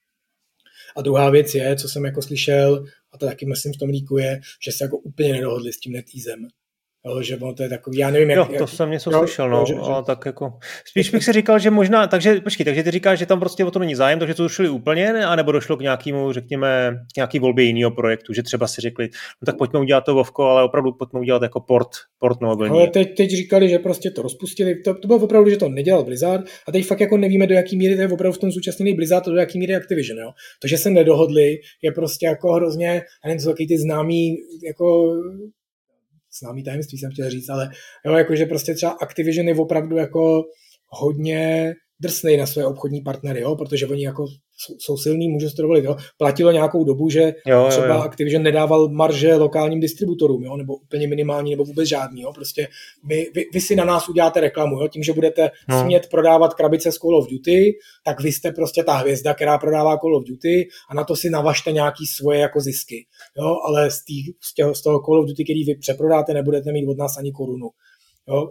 A druhá věc je, co jsem jako slyšel, a to taky myslím v tom líku je, že se jako úplně nedohodli s tím NetEasem. Jo, že to je takový, já nevím, jak... to jsem něco slyšel, no, ale tak jako... Spíš bych si říkal, že možná, takže ty říkáš, že tam prostě o to není zájem, takže to zrušili úplně, anebo došlo k nějakému, řekněme, nějaký volbě jiného projektu, že třeba si řekli, no tak pojďme udělat to Vovko, ale opravdu pojďme udělat jako port mobilní. Ale teď říkali, že prostě to rozpustili, to bylo opravdu, že to nedělal Blizzard a teď fakt jako nevíme, do jaký míry to je opravdu v tom současný Blizzard a do jaký míry Activision, jo. To, že se nedohodli, je prostě jako hrozně, já nevím, co taky ty známý, jako známý tajemství jsem chtěl říct, ale jo, jakože prostě třeba Activision je opravdu jako hodně drsnej na své obchodní partnery, jo, protože oni jako jsou silní, můžou si to dovolit, jo. Platilo nějakou dobu, že třeba Activision nedával marže lokálním distributorům, jo, nebo úplně minimální, nebo vůbec žádný, jo, prostě vy si na nás uděláte reklamu, jo, tím, že budete smět prodávat krabice z Call of Duty, tak vy jste prostě ta hvězda, která prodává Call of Duty a na to si navažte nějaký svoje jako zisky, jo, ale z toho Call of Duty, který vy přeprodáte, nebudete mít od nás ani korunu, jo,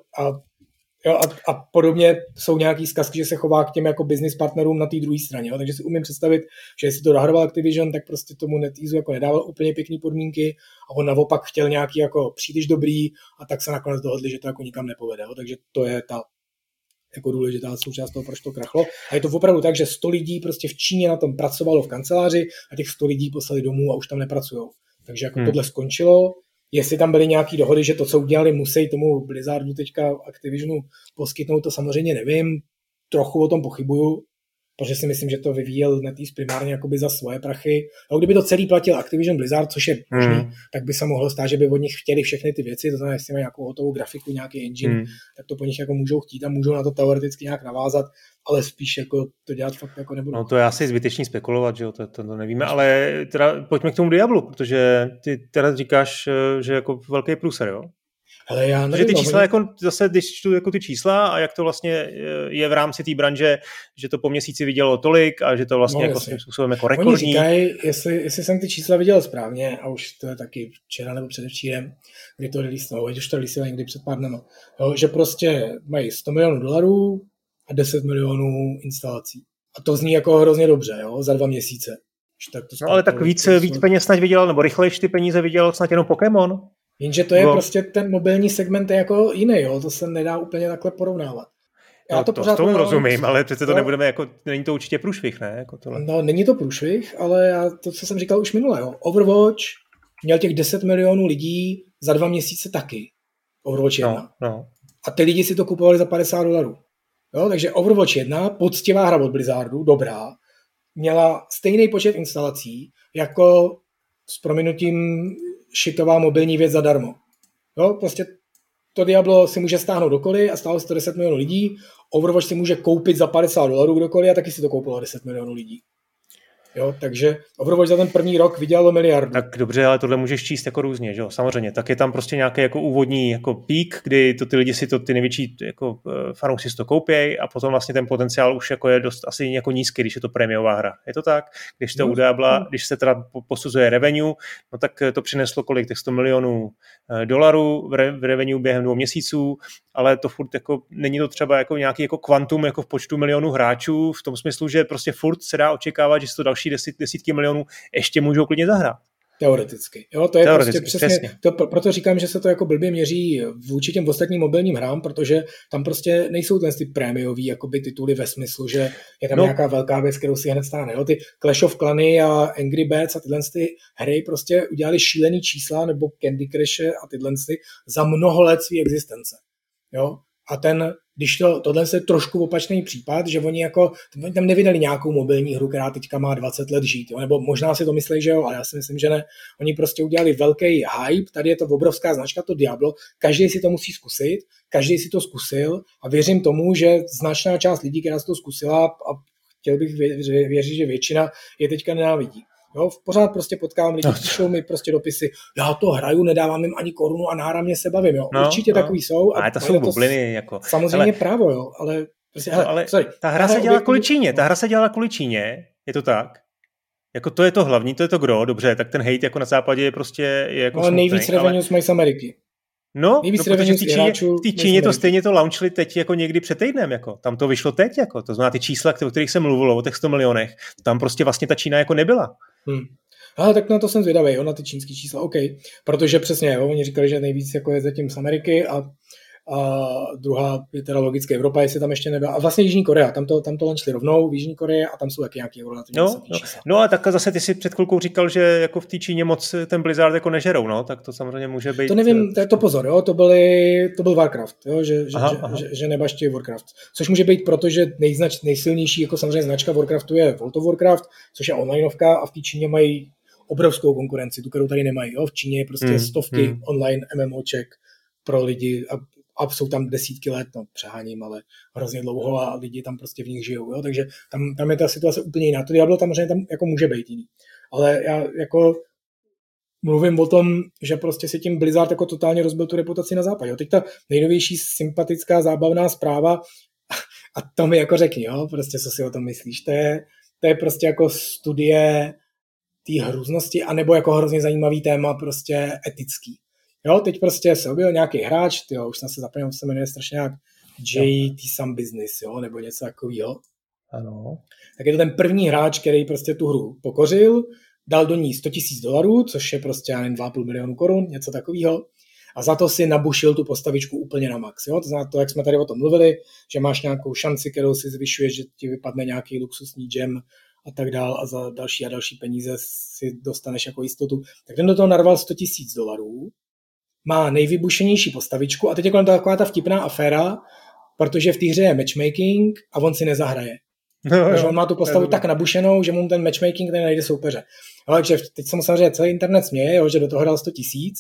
a podobně jsou nějaký zkazky, že se chová k těm jako business partnerům na té druhé straně. Jo? Takže si umím představit, že jestli to dohroval Activision, tak prostě tomu NetEasu jako nedával úplně pěkný podmínky a on naopak chtěl nějaký jako příliš dobrý a tak se nakonec dohodli, že to jako nikam nepovede. Jo? Takže to je ta jako důležitá součást toho, proč to krachlo. A je to opravdu tak, že 100 lidí prostě v Číně na tom pracovalo v kanceláři a těch 100 lidí poslali domů a už tam nepracujou. Takže jako tohle skončilo. Jestli tam byly nějaké dohody, že to, co udělali, musí tomu Blizzardu teďka Activisionu poskytnout, to samozřejmě nevím. Trochu o tom pochybuju, protože si myslím, že to vyvíjel NetEase primárně jakoby za svoje prachy. A kdyby to celý platil Activision Blizzard, což je možný, tak by se mohlo stát, že by od nich chtěli všechny ty věci, to znamená, jestli mají nějakou hotovou grafiku, nějaký engine, tak to po nich jako můžou chtít a můžou na to teoreticky nějak navázat, ale spíš jako to dělat fakt jako nebudou. No to je asi zbytečný spekulovat, že jo, to nevíme, ale teda pojďme k tomu Diablu, protože ty teda říkáš, že jako velký průser, jo? Ale já nevím, protože ty čísla, jako zase, když čtu jako ty čísla a jak to vlastně je v rámci té branže, že to po měsíci vidělo tolik a že to vlastně jako svým způsobem jako rekordní. Oni říkají, jestli jsem ty čísla viděl správně, a už to je taky včera nebo předevčírem, kdy to releaseovalo, už to releaseovalo někdy před pár dnama, jo, že prostě mají $100 milionů a 10 milionů instalací. A to zní jako hrozně dobře, jo, za 2 měsíce. No, ale tak víc peněz snad vydělal, nebo rychlejší ty peníze vydělal snad jenom Pokémon. Jenže to je prostě ten mobilní segment je jako jiný, jo? To se nedá úplně takhle porovnávat. Já to pořád tomu rozumím, ale přece to nebudeme jako, není to určitě průšvih, ne? Jako tohle. No, není to průšvih, ale to, co jsem říkal už minule, jo? Overwatch měl těch 10 milionů lidí za 2 měsíce taky. Overwatch 1. No. A ty lidi si to kupovali za $50. Jo? Takže Overwatch 1, poctivá hra od Blizzardu, dobrá, měla stejný počet instalací jako s prominutím šitová mobilní věc zadarmo. Jo, prostě to Diablo si může stáhnout dokoliv a stálo 110 milionů lidí, Overwatch si může koupit za $50 kdokoliv a taky si to koupilo 10 milionů lidí. Jo, takže Overwatch za ten první rok vydělalo miliardu. Tak dobře, ale tohle můžeš číst jako různě, že jo? Samozřejmě. Tak je tam prostě nějaký jako úvodní jako pík, kdy to ty lidi si to, ty největší jako fanoušci si to koupějí a potom vlastně ten potenciál už jako je dost asi jako nízký, když je to prémiová hra. Je to tak? Když to u Diabla, když se teda posuzuje revenue, no tak to přineslo kolik? Těch $100 milionů v revenue během 2 měsíců, ale to furt jako není to třeba jako nějaký jako kvantum jako v počtu milionů hráčů v tom smyslu, že prostě furt se dá očekávat, že se to další desítky milionů ještě můžou klidně zahrát. Teoreticky. Jo, to je Teoreticky, prostě přesně, proto říkám, že se to jako blbě měří vůči těm ostatním mobilním hrám, protože tam prostě nejsou ty prémiový jakoby tituly ve smyslu, že je tam nějaká velká věc, kterou si hned stane. Jo, ty Clash of Clans a Angry Birds a tyhle ty hry prostě udělali šílený čísla, nebo Candy Crush a tyhle ty za mnoho let své existence. Jo? A když tohle je trošku opačný případ, že oni tam nevydali nějakou mobilní hru, která teďka má 20 let žít, jo? Nebo možná si to myslí, že jo, ale já si myslím, že ne. Oni prostě udělali velký hype, tady je to obrovská značka, to Diablo, každý si to musí zkusit, každý si to zkusil a věřím tomu, že značná část lidí, která si to zkusila a chtěl bych věřit, že většina je teďka nenávidí. Jo, pořád prostě potkávám lidi, píšou mi prostě dopisy, já to hraju, nedávám jim ani korunu a náramně se bavím, jo. Určitě takový jsou. A to jsou bubliny, jako. Samozřejmě právo, jo, ale prostě, ta hra se dělala kvůli Číně, je to tak? Jako to je to hlavní, to je to gro, dobře, tak ten hate jako na západě je prostě jako smutný. Nejvíc revenues mají z Ameriky. Protože v té Číně to stejně to launchili teď jako někdy před týdnem, jako. Tam to vyšlo teď, jako. To znamená ty čísla, o kterých se mluvilo, o těch 100 milionech, tam prostě vlastně ta Čína jako nebyla. Ale tak na to jsem zvědavý, jo, na ty čínský čísla, OK. Protože přesně, jo, oni říkali, že nejvíc jako je zatím z Ameriky a druhá je teda logicky Evropa, jestli tam ještě nebyla. A vlastně Jižní Korea, tam to launchli rovnou v Jižní Koreji a tam jsou taky nějaký relativně čísla. No a tak zase ty si před chvilkou říkal, že jako v té Číně moc ten Blizzard jako nežerou, no, tak to samozřejmě může být. To nevím, to pozor, jo, to byl Warcraft, jo, že nebaští Warcraft. Což může být, protože nejsilnější jako samozřejmě značka Warcraftu je World of Warcraft, což je onlineovka a v té Číně mají obrovskou konkurenci, tu, kterou tady nemají. Jo. V Číně je prostě stovky online MMOček pro lidi a jsou tam desítky let, no přeháním, ale hrozně dlouho a lidi tam prostě v nich žijou. Jo. Takže tam je ta situace úplně jiná. To Diablo tam jako může být jiný. Ale já jako mluvím o tom, že prostě si tím Blizzard jako totálně rozbil tu reputaci na západě. Jo. Teď ta nejnovější sympatická zábavná zpráva a to mi jako řekni, jo, prostě co si o tom myslíš. To je prostě jako studie té hrůznosti, anebo jako hrozně zajímavý téma prostě etický. Jo, teď prostě se objevil nějaký hráč, už jsem se zapomněl, se jmenuje strašně nějak JT Some Business, jo, nebo něco takového. Ano. Tak je to ten první hráč, který prostě tu hru pokořil, dal do ní $100,000, což je prostě 2,5 milionu korun, něco takového. A za to si nabušil tu postavičku úplně na max. Jo? To znamená to, jak jsme tady o tom mluvili, že máš nějakou šanci, kterou si zvyšuješ, že ti vypadne nějaký luxusní gem a tak dál a za další a další peníze si dostaneš jako jistotu. Tak ten do toho narval $100,000, má nejvybušenější postavičku a teď je kolem taková ta vtipná aféra, protože v té hře je matchmaking a on si nezahraje. Takže on má tu postavu tak nabušenou, že mu ten matchmaking tady najde soupeře. Ale takže teď se mu samozřejmě celý internet směje, jo, že do toho dal 100,000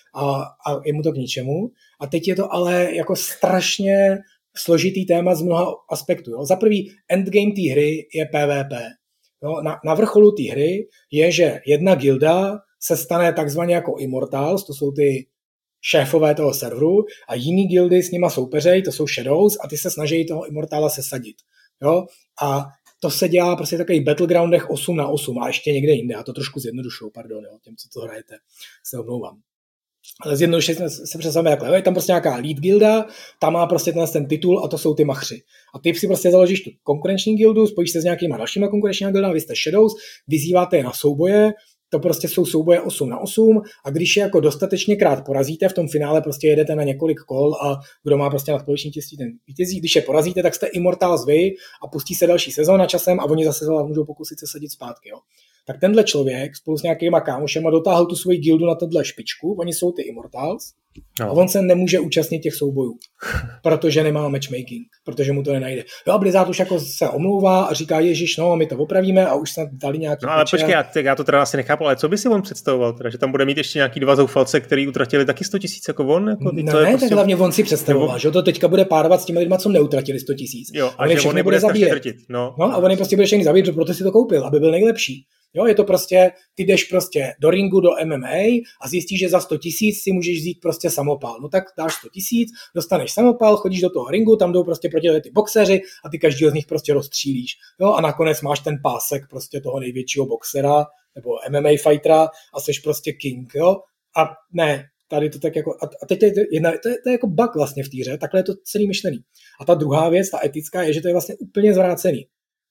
a je mu to k ničemu. A teď je to ale jako strašně složitý téma z mnoha aspektů. Jo. Za prvý, endgame té hry je PvP. Jo. Na vrcholu té hry je, že jedna gilda se stane takzvaně jako Immortals, to jsou ty šéfové toho serveru, a jiný gildy s nima soupeřejí, to jsou Shadows, a ty se snaží toho Immortala sesadit. Jo. A to se dělá prostě v takových battlegroundech 8x8 a ještě někde jinde. Já to trošku zjednodušuju, pardon, jo, těm, co to hrajete, se omlouvám. Ale zjednodušeně se představíme takhle. Je tam prostě nějaká lead gilda, tam má prostě ten titul a to jsou ty machři. A ty si prostě založíš tu konkurenční gildu, spojíš se s nějakýma dalšíma konkurenčníma gildama, vy jste Shadows, vyzýváte je na souboje, to prostě jsou souboje 8x8 a když je jako dostatečně krát porazíte, v tom finále prostě jedete na několik kol a kdo má prostě nadpoloviční těstí, ten vítězí. Když je porazíte, tak jste Immortals vy a pustí se další sezóna časem a oni zase můžou pokusit se sadit zpátky. Jo. Tak tenhle člověk spolu s nějakýma kámošema dotáhl tu svoji gildu na tohle špičku, oni jsou ty Immortals, a on se nemůže účastnit těch soubojů, protože nemá matchmaking, protože mu to nenajde. Jo, a Blizzard už jako se omlouvá a říká, ježiš, no, my to opravíme a už snad dali nějaký. No ale počkej, já to teda asi nechápu, ale co by si on představoval, teda, že tam bude mít ještě nějaký dva zoufalce, který utratili taky 100,000 jako on? Jako, ne, prostě... tak hlavně on si představoval, že to teďka bude párovat s těmi lidma, co neutratili 100,000. Jo, a že on je bude zabíjet. No, a on je prostě bude všechny zabít, proto si to koupil, aby byl nejlepší. Jo, je to prostě, ty jdeš prostě do ringu, do MMA a zjistíš, že za 100,000 si můžeš vzít prostě samopal. No tak dáš 100,000, dostaneš samopal, chodíš do toho ringu, tam jdou prostě proti ty boxeři a ty každýho z nich prostě rozstřílíš. Jo, a nakonec máš ten pásek prostě toho největšího boxera nebo MMA fightera a jsi prostě king, jo. A ne, tady to tak jako, a teď to je jako bug vlastně v té hře, takhle je to celý myšlený. A ta druhá věc, ta etická, je, že to je vlastně úplně zvrácený.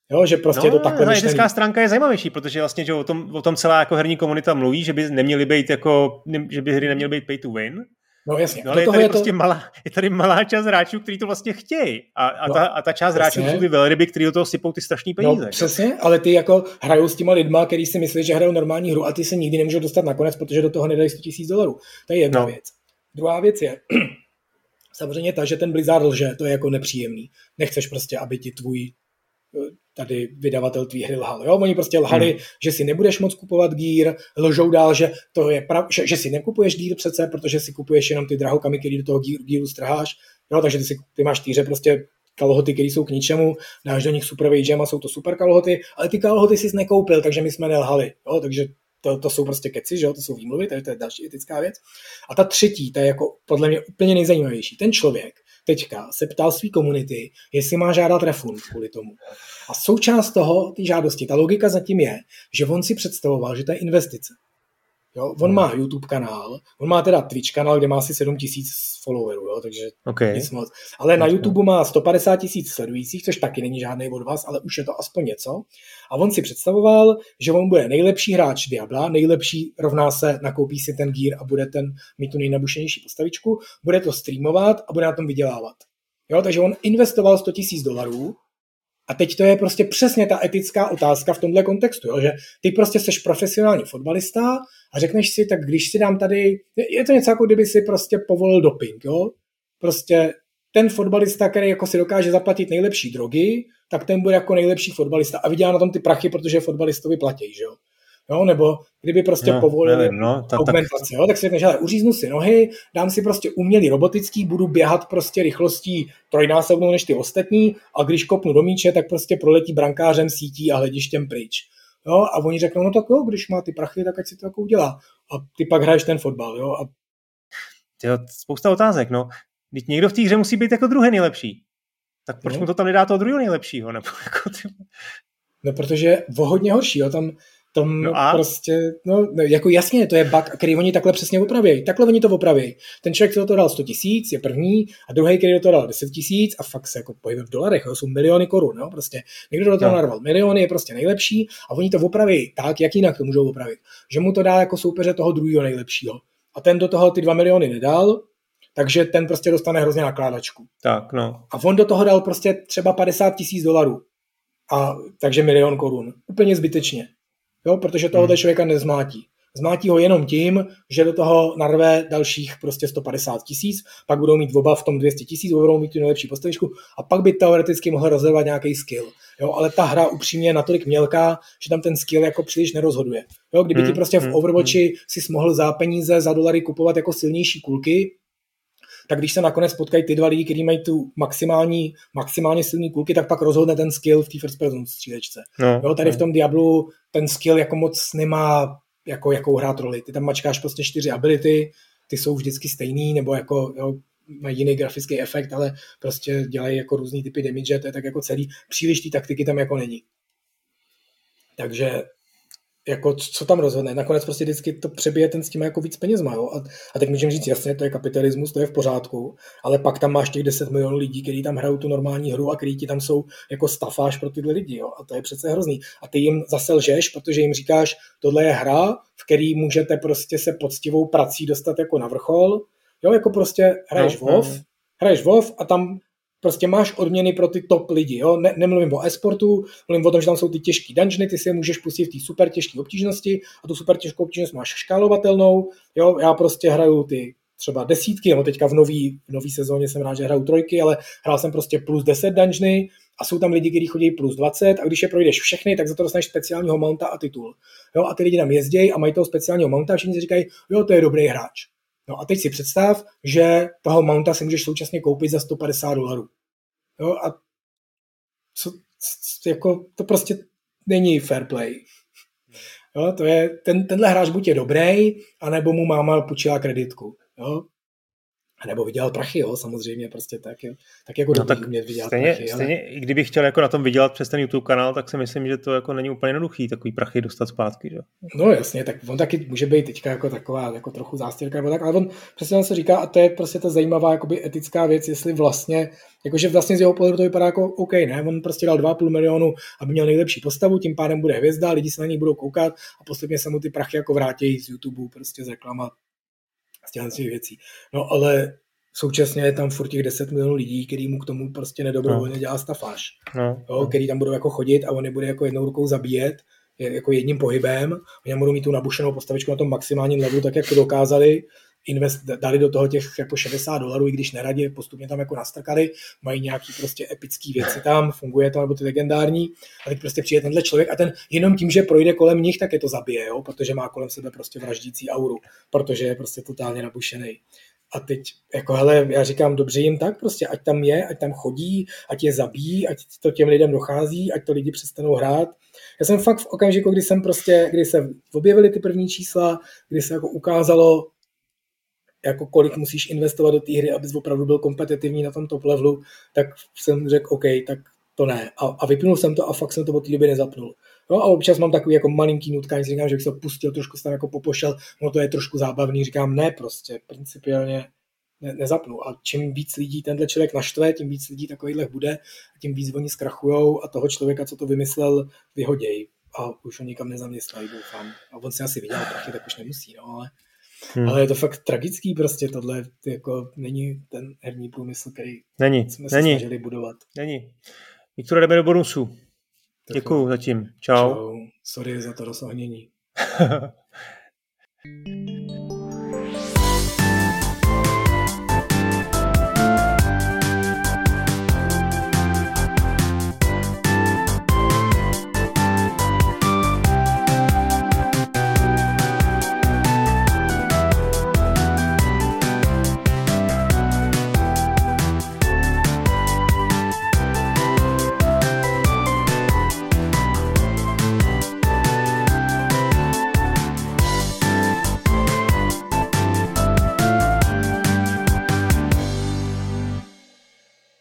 Jo, že prostě je to takhle myšlený. Etická stránka je zajímavější, protože vlastně že o tom celá jako herní komunita mluví, že by neměly být že by hry neměly být pay to win. No jasně. No, ale je tady prostě je tady malá část hráčů, kteří to vlastně chtějí. A ta část hráčů jsou ty velryby, kteří do toho sypou ty strašný peníze. No přesně, ale ty jako hrajou s těma lidma, který si myslí, že hrajou normální hru a ty se nikdy nemůžou dostat nakonec, protože do toho nedají $100,000. To je jedna věc. Druhá věc je samozřejmě ta, že ten Blizzard lže, to je jako nepříjemný. Nechceš prostě, aby ti tvůj tady vydavatel tvý hry lhal. Jo? Oni prostě lhali, že si nebudeš moc kupovat gear, lžou dál, že to je že si nekupuješ gear přece, protože si kupuješ jenom ty drahokamy, který do toho gearu strháš. Jo? Takže ty máš týře prostě kalhoty, které jsou k ničemu, dáš do nich super jam a jsou to super kalhoty, ale ty kalhoty jsi nekoupil, takže my jsme nelhali. Jo? Takže to jsou prostě keci, že jo? To jsou výmluvy, takže to je další etická věc. A ta třetí, ta je jako podle mě úplně nejzajímavější. Ten člověk teďka se ptal svý komunity, jestli má žádat refund kvůli tomu. A součást toho, ty žádosti, ta logika zatím je, že on si představoval, že to je investice. Jo? On má YouTube kanál, on má teda Twitch kanál, kde má asi 7,000 followerů, jo? Takže nic moc. Ale na YouTube má 150,000 sledujících, což taky není žádný od vás, ale už je to aspoň něco. A on si představoval, že on bude nejlepší hráč Diabla, nejlepší rovná se, nakoupí si ten gear a bude mít tu nejnabušenější postavičku, bude to streamovat a bude na tom vydělávat. Jo? Takže on investoval $100,000 a teď to je prostě přesně ta etická otázka v tomhle kontextu, jo? Že ty prostě seš profesionální fotbalista a řekneš si, tak když si dám tady, je to něco jako kdyby si prostě povolil doping, jo? Prostě ten fotbalista, který jako si dokáže zaplatit nejlepší drogy, tak ten bude jako nejlepší fotbalista a vydělá na tom ty prachy, protože fotbalistovi platí, že jo? Jo, nebo kdyby prostě povolili augmentaci, tak si řekneš, ale uříznu si nohy, dám si prostě umělý robotický, budu běhat prostě rychlostí trojnásobnou než ty ostatní a když kopnu do míče, tak prostě proletí brankářem, sítí a hledištěm pryč. Jo, a oni řeknou, no tak jo, když má ty prachy, tak ať si to jako udělá. A ty pak hraješ ten fotbal, jo. Spousta otázek, no. Když někdo v té hře musí být jako druhý nejlepší, tak proč mu to tam nedá toho druhého nejlepšího? Nebo jako No, protože o hodně horší, jo, tam prostě, jako jasně, to je bug, který oni takhle přesně opravějí. Takhle oni to opravějí. Ten člověk, který do toho dal 100,000, je první, a druhý, který do toho dal 10,000 a fakt se jako pohybuje v dolarech, jo, jsou miliony korun, jo, prostě. Někdo do toho narval miliony, je prostě nejlepší a oni to opraví tak, jak jinak to můžou opravit. Že mu to dá jako soupeře toho druhého nejlepšího. A ten do toho ty 2 miliony nedal, takže ten prostě dostane hrozně nakládačku. Tak, no. A on do toho dal prostě třeba $50,000. A takže 1 000 000 korun. Úplně zbytečně. Jo, protože tohoto člověka nezmátí. Zmátí ho jenom tím, že do toho narve dalších prostě 150,000, pak budou mít oba v tom 200,000, budou mít tu nejlepší postavičku a pak by teoreticky mohl rozhodovat nějaký skill. Jo, ale ta hra upřímně je natolik mělká, že tam ten skill jako příliš nerozhoduje. Jo, kdyby ti prostě v Overwatchi si mohl za peníze, za dolary kupovat jako silnější kulky, tak když se nakonec potkají ty dva lidi, kteří mají tu maximálně silný kulky, tak pak rozhodne ten skill v té first person střílečce. Jo, tady v tom Diablu ten skill jako moc nemá jakou hrát roli. Ty tam mačkáš prostě 4 ability, ty jsou vždycky stejný, nebo jako mají jiný grafický efekt, ale prostě dělají jako různý typy damage, to je tak jako celý. Příliš té taktiky tam jako není. Takže jako co tam rozhodne. Nakonec prostě vždycky to přebije ten s tím jako víc penězma. Jo? A teď můžeme říct, jasně, to je kapitalismus, to je v pořádku, ale pak tam máš těch 10 milionů lidí, kteří tam hrajou tu normální hru a kteří ti tam jsou jako stafáž pro tyhle lidi. Jo? A to je přece hrozný. A ty jim zase lžeš, protože jim říkáš, tohle je hra, v který můžete prostě se poctivou prací dostat jako na vrchol. Jo, jako prostě hraješ WoW a tam prostě máš odměny pro ty top lidi, jo? Nemluvím o e-sportu, mluvím o tom, že tam jsou ty těžké dungeony, ty si je můžeš pustit v té super těžké obtížnosti a tu super těžkou obtížnost máš škálovatelnou, jo? Já prostě hraju ty třeba 10, nebo teďka v nový sezóně jsem rád, že hraju 3, ale hrál jsem prostě plus 10 dungeony a jsou tam lidi, kteří chodí plus 20 a když je projdeš všechny, tak za to dostaneš speciálního mounta a titul. Jo? A ty lidi tam jezdějí a mají toho speciálního mounta a všichni si říkají, jo, to je dobrý hráč. No a teď si představ, že toho mounta si můžeš současně koupit za $150. Jo, a jako, to prostě není fair play. Jo, to je, tenhle hráč buď je dobrý, anebo mu máma půjčila kreditku. Jo. A nebo vydělat prachy, jo, samozřejmě, prostě tak jako no, dobrý umět vydělat prachy. Stejně, i kdybych chtěl jako na tom vydělat přes ten YouTube kanál, tak si myslím, že to jako není úplně jednoduchý takový prachy dostat zpátky, že? No jasně, tak on taky může být teďka jako taková jako trochu zástěrka, nebo tak, ale on přesně se říká, a to je prostě ta zajímavá jakoby etická věc, jestli vlastně, jakože vlastně z jeho pohledu to vypadá jako OK, ne, on prostě dal 2,5 milionu, aby měl nejlepší postavu, tím pádem bude hvězda, lidi se na něj budou koukat a postupně se mu ty prachy jako vrátí z YouTube, prostě z reklama, z těch věcí. No ale současně je tam furt těch 10 milionů lidí, který mu k tomu prostě nedobrovolně dělá stafáž. Který tam budou jako chodit a on je bude jako jednou rukou zabíjet, jako jedním pohybem. Oni budou mít tu nabušenou postavičku na tom maximálním levelu, tak jak to dokázali. Dali do toho těch jako $60, i když neradě, postupně tam jako nastrkali, mají nějaký prostě epický věci tam, funguje to, nebo ty legendární, a teď prostě přijde tenhle člověk a ten jenom tím, že projde kolem nich, tak je to zabije, jo? Protože má kolem sebe prostě vraždící auru, protože je prostě totálně nabušený. A teď, jako hele, já říkám, dobře jim tak, prostě ať tam je, ať tam chodí, ať je zabíjí, ať to těm lidem dochází, ať to lidi přestanou hrát. Já jsem fakt v okamžiku, kdy se objevily ty první čísla, kdy se jako ukázalo, jako kolik musíš investovat do té hry, abys opravdu byl kompetitivní na tom top levelu, tak jsem řekl, OK, tak to ne. A vypnul jsem to a fakt jsem to od té doby nezapnul. No a občas mám takový jako malinký nutkání, říkám, že bych se pustil, trošku se tam jako popošel, no to je trošku zábavný, říkám, ne prostě, principiálně nezapnu. A čím víc lidí tenhle člověk naštve, tím víc lidí takovýchhle bude, a tím víc oni zkrachujou a toho člověka, co to vymyslel, vyhoděj. A už ho nikam nezaměstnají, doufám. A on si asi vydělal prachy, tak už nemusí, no ale je to fakt tragický prostě tohle, jako není ten herní průmysl, který jsme se snažili budovat. Není. Viktore, jdeme do bonusu. Děkuju zatím. Čau. Sorry za to rozohnění.